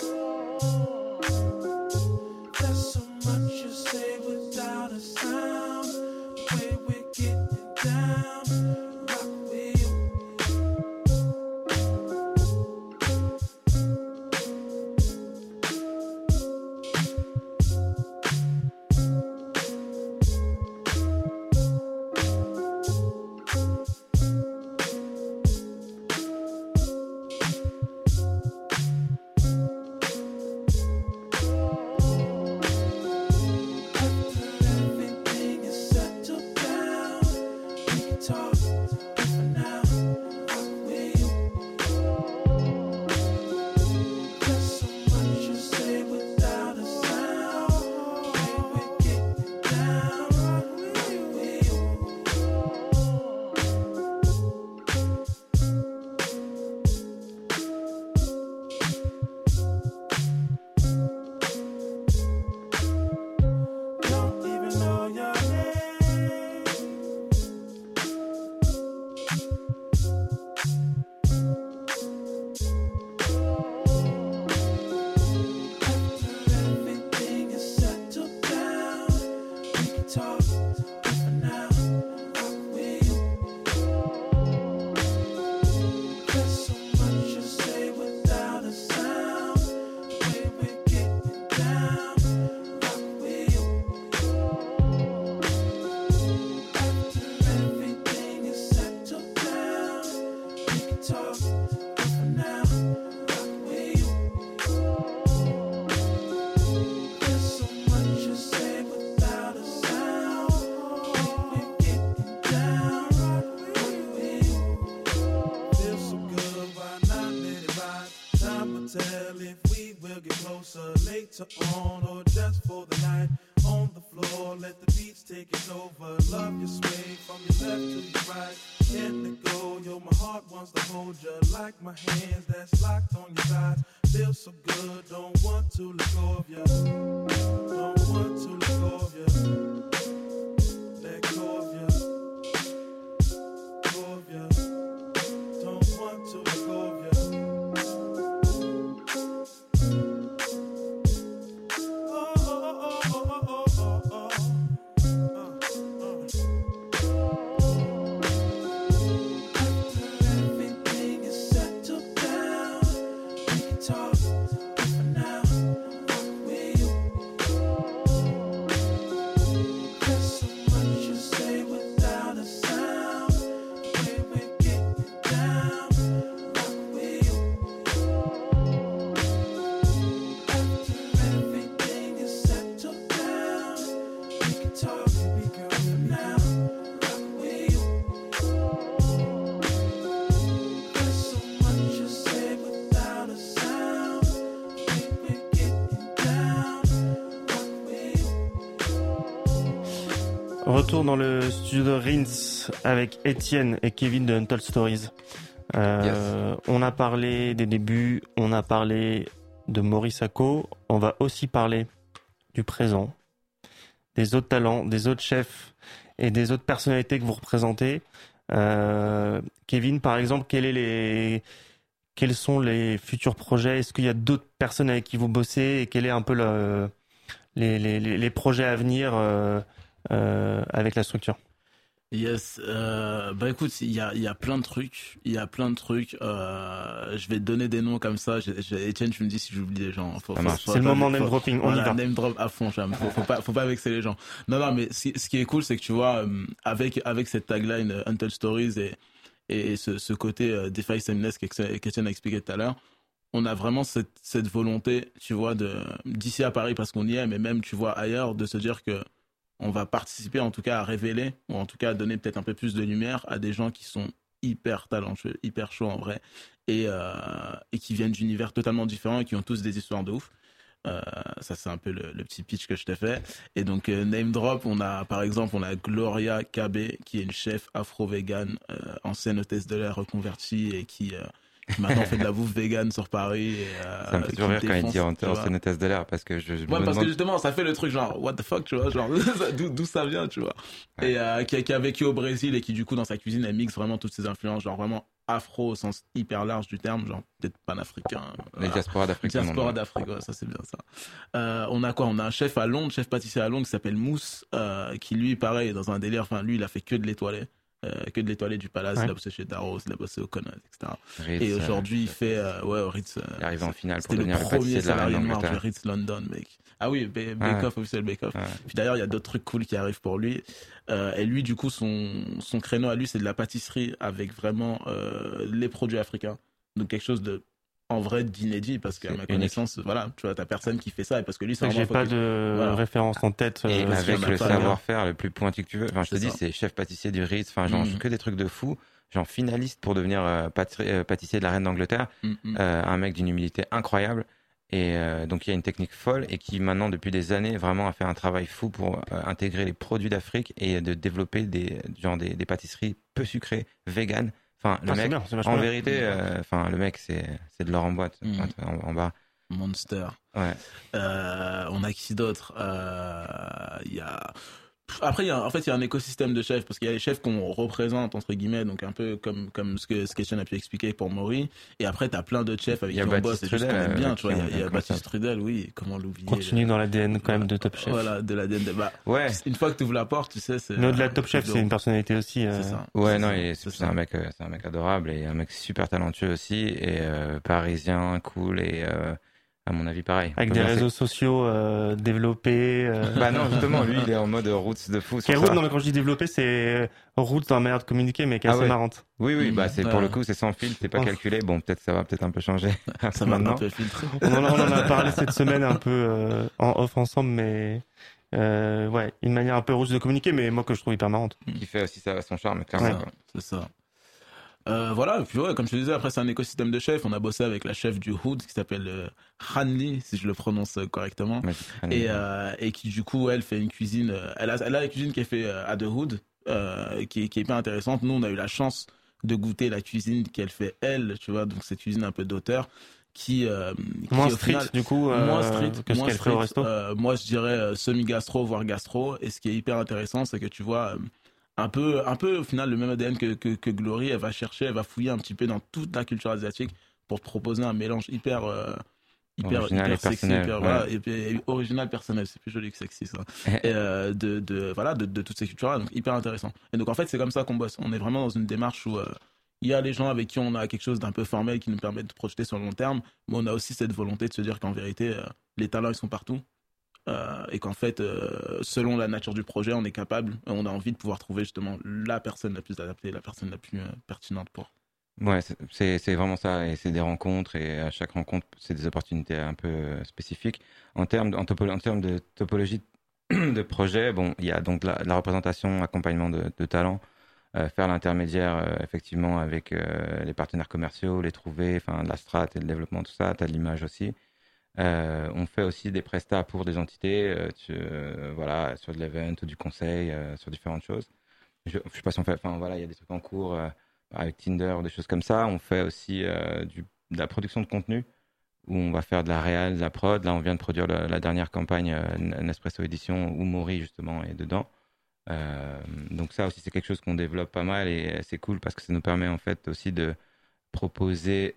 Speaker 10: There's so much you say without a sound. The way we're getting down, rock with you. Everything is settled down. We can talk, but for now, rock with you. There's so much you say without a sound. The way we're getting down, rock with you. Don't even know your name. After everything is settled down, we can talk, but for now, rock with you. There's so much you say without a sound. The way we're getting down, rock with you. After everything is settled down, we can talk, but for now, rock with you. There's so much you say without a sound. We're getting down, rock with you. Feels so good, why not let it ride? Time will tell if we will get closer later on or just for the night. On the floor, let the beats take it over. Love your sway from your left to your right. Can't let go, yo, my heart wants to hold you. Like my hands that's locked on your thighs. Feels so good, don't want to let go of you. Don't want to let go of you. Let go of you. Go of you. Don't want to let go of you. Oh, oh, oh, oh, oh, oh, After everything is settled down, we can talk, but for now, rock with you.
Speaker 1: Retour dans le studio de Rince avec Étienne et Kevin de Untold Stories. On a parlé des débuts, on a parlé de Maurice Ako, on va aussi parler du présent, des autres talents, des autres chefs et des autres personnalités que vous représentez. Kevin, par exemple, quels sont les futurs projets? Est-ce qu'il y a d'autres personnes avec qui vous bossez et quel est un peu les projets à venir avec la structure?
Speaker 2: Yes, bah écoute, il y a plein de trucs, je vais te donner des noms comme ça. Etienne, tu me dis si j'oublie des gens.
Speaker 1: C'est le moment name dropping, on y va.
Speaker 2: Name drop à fond, faut pas vexer les gens. Non, mais ce qui est cool, c'est que tu vois, avec cette tagline Untold Stories et ce côté DeFi Seamless qu'Etienne a expliqué tout à l'heure, on a vraiment cette volonté, tu vois, d'ici à Paris parce qu'on y est, mais même tu vois ailleurs, de se dire que on va participer en tout cas à révéler, ou en tout cas à donner peut-être un peu plus de lumière à des gens qui sont hyper talentueux, hyper chauds en vrai, et qui viennent d'univers totalement différents et qui ont tous des histoires de ouf. Ça c'est un peu le petit pitch que je t'ai fait. Et donc name drop, par exemple on a Gloria KB qui est une chef afro-vegan, ancienne hôtesse de l'air reconvertie et qui maintenant fait de la bouffe vegan sur Paris.
Speaker 3: Ça me fait toujours rire quand il dit ancienne hôtesse de l'air parce que je me
Speaker 2: parce
Speaker 3: demande...
Speaker 2: que justement ça fait le truc genre what the fuck, tu vois, genre d'où ça vient, tu vois. Ouais. Et qui a vécu au Brésil et qui du coup dans sa cuisine elle mixe vraiment toutes ses influences, genre vraiment afro au sens hyper large du terme, genre peut-être panafricain.
Speaker 3: Les diasporas d'Afrique.
Speaker 2: Diaspora d'Afrique, ouais, ça c'est bien ça. On a quoi? On a un chef à Londres, chef pâtissier à Londres qui s'appelle Mousse, qui lui pareil est dans un délire, enfin lui il a fait que de l'étoilé. Du Palace, il a bossé chez Darros, il a bossé au Connaught, etc.
Speaker 3: Ritz,
Speaker 2: et aujourd'hui, il fait, au Ritz.
Speaker 3: Il arrive en finale pour
Speaker 2: c'était
Speaker 3: devenir
Speaker 2: le premier salarié noir
Speaker 3: du
Speaker 2: Ritz London, mec. Ah oui, Bake-Off, officiel Bake-Off. Ouais. Puis d'ailleurs, il y a d'autres trucs cool qui arrivent pour lui. Et lui, du coup, son créneau à lui, c'est de la pâtisserie avec vraiment les produits africains. Donc quelque chose de en vrai d'inédit parce qu'à ma connaissance, voilà, tu vois, t'as personne qui fait ça et parce que lui, c'est
Speaker 1: j'ai pas de référence en tête.
Speaker 3: Et avec le savoir-faire le plus pointu que tu veux. Enfin, je te dis, c'est chef pâtissier du Ritz. Enfin, genre, que des trucs de fou. Genre finaliste pour devenir pâtissier de la reine d'Angleterre. Un mec d'une humilité incroyable. Et donc il y a une technique folle et qui maintenant depuis des années vraiment a fait un travail fou pour intégrer les produits d'Afrique et de développer des pâtisseries peu sucrées, vegan. Enfin, le mec, en vérité, le mec, c'est de l'or en boîte, en bas.
Speaker 2: Monster.
Speaker 3: Ouais.
Speaker 2: On a qui d'autre? Il y a... Après, il y a un écosystème de chefs, parce qu'il y a les chefs qu'on représente, entre guillemets, donc un peu comme ce que Etienne a pu expliquer pour Maury. Et après, t'as plein d'autres chefs avec qui on bosse et juste qu'on aime bien, tu vois. Il y a Baptiste Trudel, oui, comment l'oublier.
Speaker 1: Continue dans l'ADN quand même de Top Chef.
Speaker 2: Voilà, de l'ADN. Ouais. Une fois que tu ouvres la porte, tu sais, c'est...
Speaker 1: Mais au-delà de Top Chef, c'est une personnalité aussi.
Speaker 2: C'est ça.
Speaker 3: Ouais, non, c'est un mec adorable et un mec super talentueux aussi et parisien, cool et... à mon avis, pareil.
Speaker 1: Avec des réseaux sociaux développés.
Speaker 3: Bah non, justement, lui, il est en mode roots de fou.
Speaker 1: Non, mais quand je dis développé, c'est roots dans la manière de communiquer, mais qui est assez marrante.
Speaker 3: Oui, bah c'est pour le coup, c'est sans filtre, c'est pas calculé. Bon, peut-être ça va un peu changer.
Speaker 2: Ça va un peu filtrer.
Speaker 1: On en a parlé cette semaine un peu en off ensemble, mais une manière un peu rouge de communiquer, mais moi que je trouve hyper marrante.
Speaker 3: Qui fait aussi son charme, clairement.
Speaker 2: C'est ça. Voilà, et puis comme je te disais, après c'est un écosystème de chefs. On a bossé avec la chef du Hood qui s'appelle Hanli, si je le prononce correctement, et qui du coup elle fait une cuisine. Elle a la cuisine qui est faite à The Hood, qui est hyper intéressante. Nous on a eu la chance de goûter la cuisine qu'elle fait elle, tu vois, donc cette cuisine un peu d'auteur.
Speaker 1: Moins street du coup que ce qu'elle fait au resto.
Speaker 2: Moi je dirais semi-gastro voire gastro. Et ce qui est hyper intéressant, c'est que tu vois. Un peu au final le même ADN que Glory, elle va fouiller un petit peu dans toute la culture asiatique pour te proposer un mélange hyper
Speaker 3: original
Speaker 2: sexy, et original personnel, c'est plus joli que sexy ça. Et de toutes ces cultures là, donc hyper intéressant. Et donc en fait c'est comme ça qu'on bosse. On est vraiment dans une démarche où il y a les gens avec qui on a quelque chose d'un peu formel qui nous permet de projeter sur le long terme, mais on a aussi cette volonté de se dire qu'en vérité les talents ils sont partout. Et qu'en fait, selon la nature du projet, on est capable, on a envie de pouvoir trouver justement la personne la plus adaptée, la personne la plus pertinente pour.
Speaker 3: Ouais, c'est vraiment ça, et c'est des rencontres, et à chaque rencontre, c'est des opportunités un peu spécifiques. En termes de topologie de projet, bon, il y a donc la représentation, accompagnement de talents, faire l'intermédiaire effectivement avec les partenaires commerciaux, les trouver, enfin la strat et le développement, tout ça, t'as l'image aussi. On fait aussi des prestats pour des entités, voilà, sur de l'event ou du conseil, sur différentes choses. Je sais pas si on fait, enfin voilà, il y a des trucs en cours avec Tinder ou des choses comme ça. On fait aussi de la production de contenu où on va faire de la réal, de la prod. Là, on vient de produire la dernière campagne Nespresso Edition où Maury justement est dedans. Donc ça aussi, c'est quelque chose qu'on développe pas mal et c'est cool parce que ça nous permet en fait aussi de proposer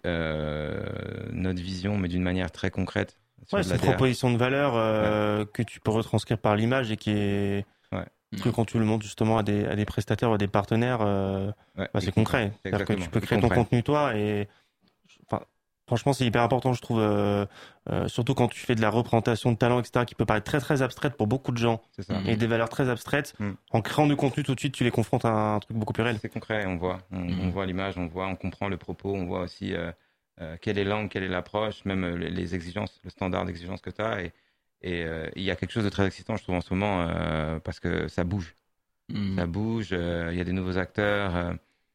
Speaker 3: notre vision, mais d'une manière très concrète.
Speaker 1: Ouais, c'est une proposition de valeur que tu peux retranscrire par l'image et qui est que quand tu le montres justement à des prestataires ou à des partenaires, c'est concret. C'est-à-dire que tu peux créer ton contenu toi et franchement, c'est hyper important, je trouve, surtout quand tu fais de la représentation de talent, etc., qui peut paraître très très abstraite pour beaucoup de gens, et des valeurs très abstraites. En créant du contenu, tout de suite, tu les confrontes à un truc beaucoup plus réel.
Speaker 3: C'est concret, on voit l'image, on comprend le propos, on voit aussi quelle est l'angle, quelle est l'approche, même les exigences, le standard d'exigence que tu as. Et il y a quelque chose de très excitant, je trouve, en ce moment, parce que ça bouge. Ça bouge, il y a des nouveaux acteurs,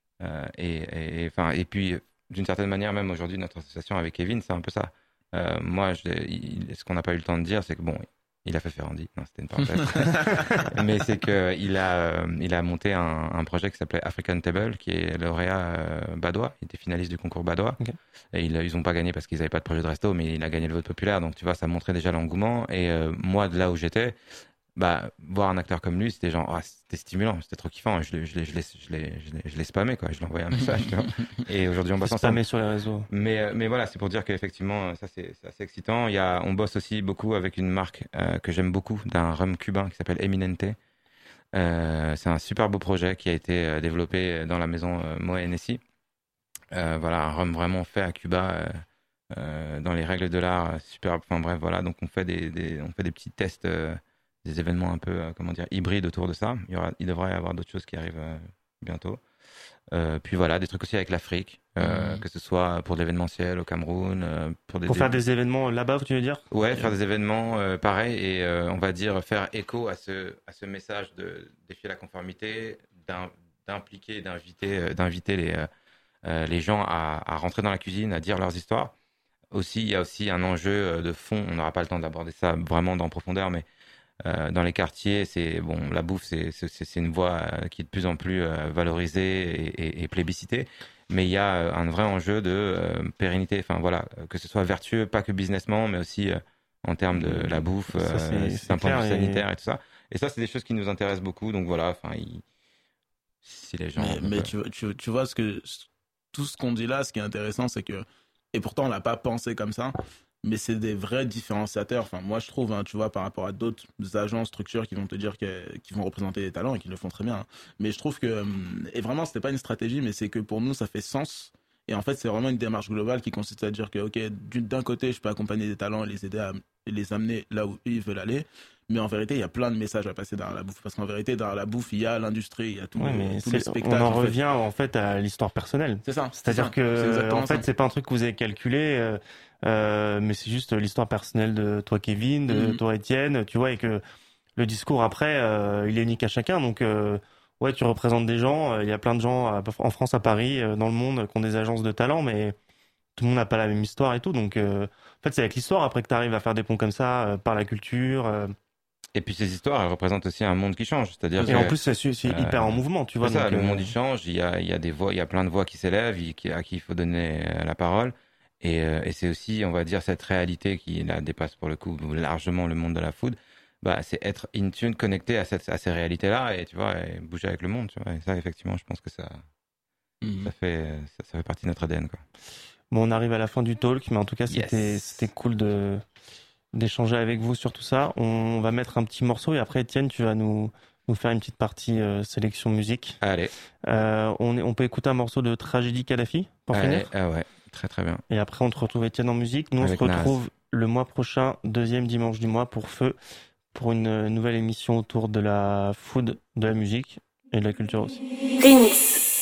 Speaker 3: et puis... D'une certaine manière, même aujourd'hui, notre association avec Kevin, c'est un peu ça. Moi, ce qu'on n'a pas eu le temps de dire, c'est que bon, il a fait Ferrandi. Non, c'était une parenthèse. Mais c'est qu'il a monté un projet qui s'appelait African Table, qui est lauréat badois. Il était finaliste du concours badois. Okay. Et ils n'ont pas gagné parce qu'ils n'avaient pas de projet de resto, mais il a gagné le vote populaire. Donc, tu vois, ça montrait déjà l'engouement. Et moi, de là où j'étais, voir un acteur comme lui, c'était genre, c'était stimulant, c'était trop kiffant. Je l'ai spammé, quoi. Je lui ai envoyé un message, tu vois. Et aujourd'hui, on bosse ensemble.
Speaker 1: Spammé sur les réseaux.
Speaker 3: Mais voilà, c'est pour dire qu'effectivement, ça, c'est assez excitant. On bosse aussi beaucoup avec une marque que j'aime beaucoup, d'un rhum cubain qui s'appelle Eminente. C'est un super beau projet qui a été développé dans la maison Moët Hennessy. Voilà, un rhum vraiment fait à Cuba, dans les règles de l'art, super. Enfin bref, voilà. Donc, on fait des petits tests, des événements un peu, hybrides autour de ça. Il devrait y avoir d'autres choses qui arrivent bientôt. Puis voilà, des trucs aussi avec l'Afrique, que ce soit pour de l'événementiel au Cameroun.
Speaker 1: Pour faire des événements là-bas, tu veux dire ?
Speaker 3: Ouais, faire des événements pareils et on va dire faire écho à ce message de défier la conformité, d'impliquer, d'inviter les gens à rentrer dans la cuisine, à dire leurs histoires. Aussi, il y a aussi un enjeu de fond, on n'aura pas le temps d'aborder ça vraiment en profondeur, mais dans les quartiers, la bouffe, c'est une voie qui est de plus en plus valorisée et plébiscitée. Mais il y a un vrai enjeu de pérennité. Enfin voilà, que ce soit vertueux, pas que businessment, mais aussi en termes de la bouffe, d'un point de vue sanitaire et tout ça. Et ça, c'est des choses qui nous intéressent beaucoup. Donc voilà, si les gens.
Speaker 2: Mais tu vois tout ce qu'on dit là, ce qui est intéressant, c'est que, et pourtant on l'a pas pensé comme ça, mais c'est des vrais différenciateurs. Enfin, moi, je trouve, tu vois, par rapport à d'autres agences, structures qui vont te dire qu'ils vont représenter des talents et qui le font très bien. Hein. Mais je trouve que, et vraiment, c'était pas une stratégie, mais c'est que pour nous, ça fait sens. Et en fait, c'est vraiment une démarche globale qui consiste à dire que, ok, d'un côté, je peux accompagner des talents et les aider à les amener là où ils veulent aller. Mais en vérité, il y a plein de messages à passer dans la bouffe. Parce qu'en vérité, dans la bouffe, il y a l'industrie, il y a tous les spectacles.
Speaker 1: On en revient en fait à l'histoire personnelle.
Speaker 2: C'est ça.
Speaker 1: C'est-à-dire que, en fait, c'est pas un truc que vous avez calculé, mais c'est juste l'histoire personnelle de toi, Kevin, de toi, Étienne, tu vois, et que le discours après, il est unique à chacun. Donc, ouais, tu représentes des gens. Il y a plein de gens en France, à Paris, dans le monde, qui ont des agences de talent, mais tout le monde n'a pas la même histoire et tout. Donc, en fait, c'est avec l'histoire après que tu arrives à faire des ponts comme ça, par la culture.
Speaker 3: Et puis ces histoires, elles représentent aussi un monde qui change. C'est-à-dire
Speaker 1: en plus, c'est hyper en mouvement, tu vois.
Speaker 3: C'est ça, le monde il change. Il y a des voix, il y a plein de voix qui s'élèvent, à qui il faut donner la parole. Et c'est aussi, on va dire, cette réalité qui là dépasse pour le coup largement le monde de la food. C'est être in tune, connecté à ces réalités-là et tu vois, et bouger avec le monde. Tu vois. Et ça, effectivement, je pense que ça fait partie de notre ADN, quoi.
Speaker 1: Bon, on arrive à la fin du talk, mais en tout cas, c'était cool d'échanger avec vous sur tout ça. On va mettre un petit morceau et après, Étienne, tu vas nous faire une petite partie sélection musique.
Speaker 3: Allez.
Speaker 1: On peut écouter un morceau de Tragédie Kadhafi pour finir.
Speaker 3: Ah ouais, très très bien.
Speaker 1: Et après, on te retrouve, Étienne, en musique. Nous, on se retrouve le mois prochain, 2e dimanche du mois, pour Feu, pour une nouvelle émission autour de la food, de la musique et de la culture aussi.
Speaker 11: Remix.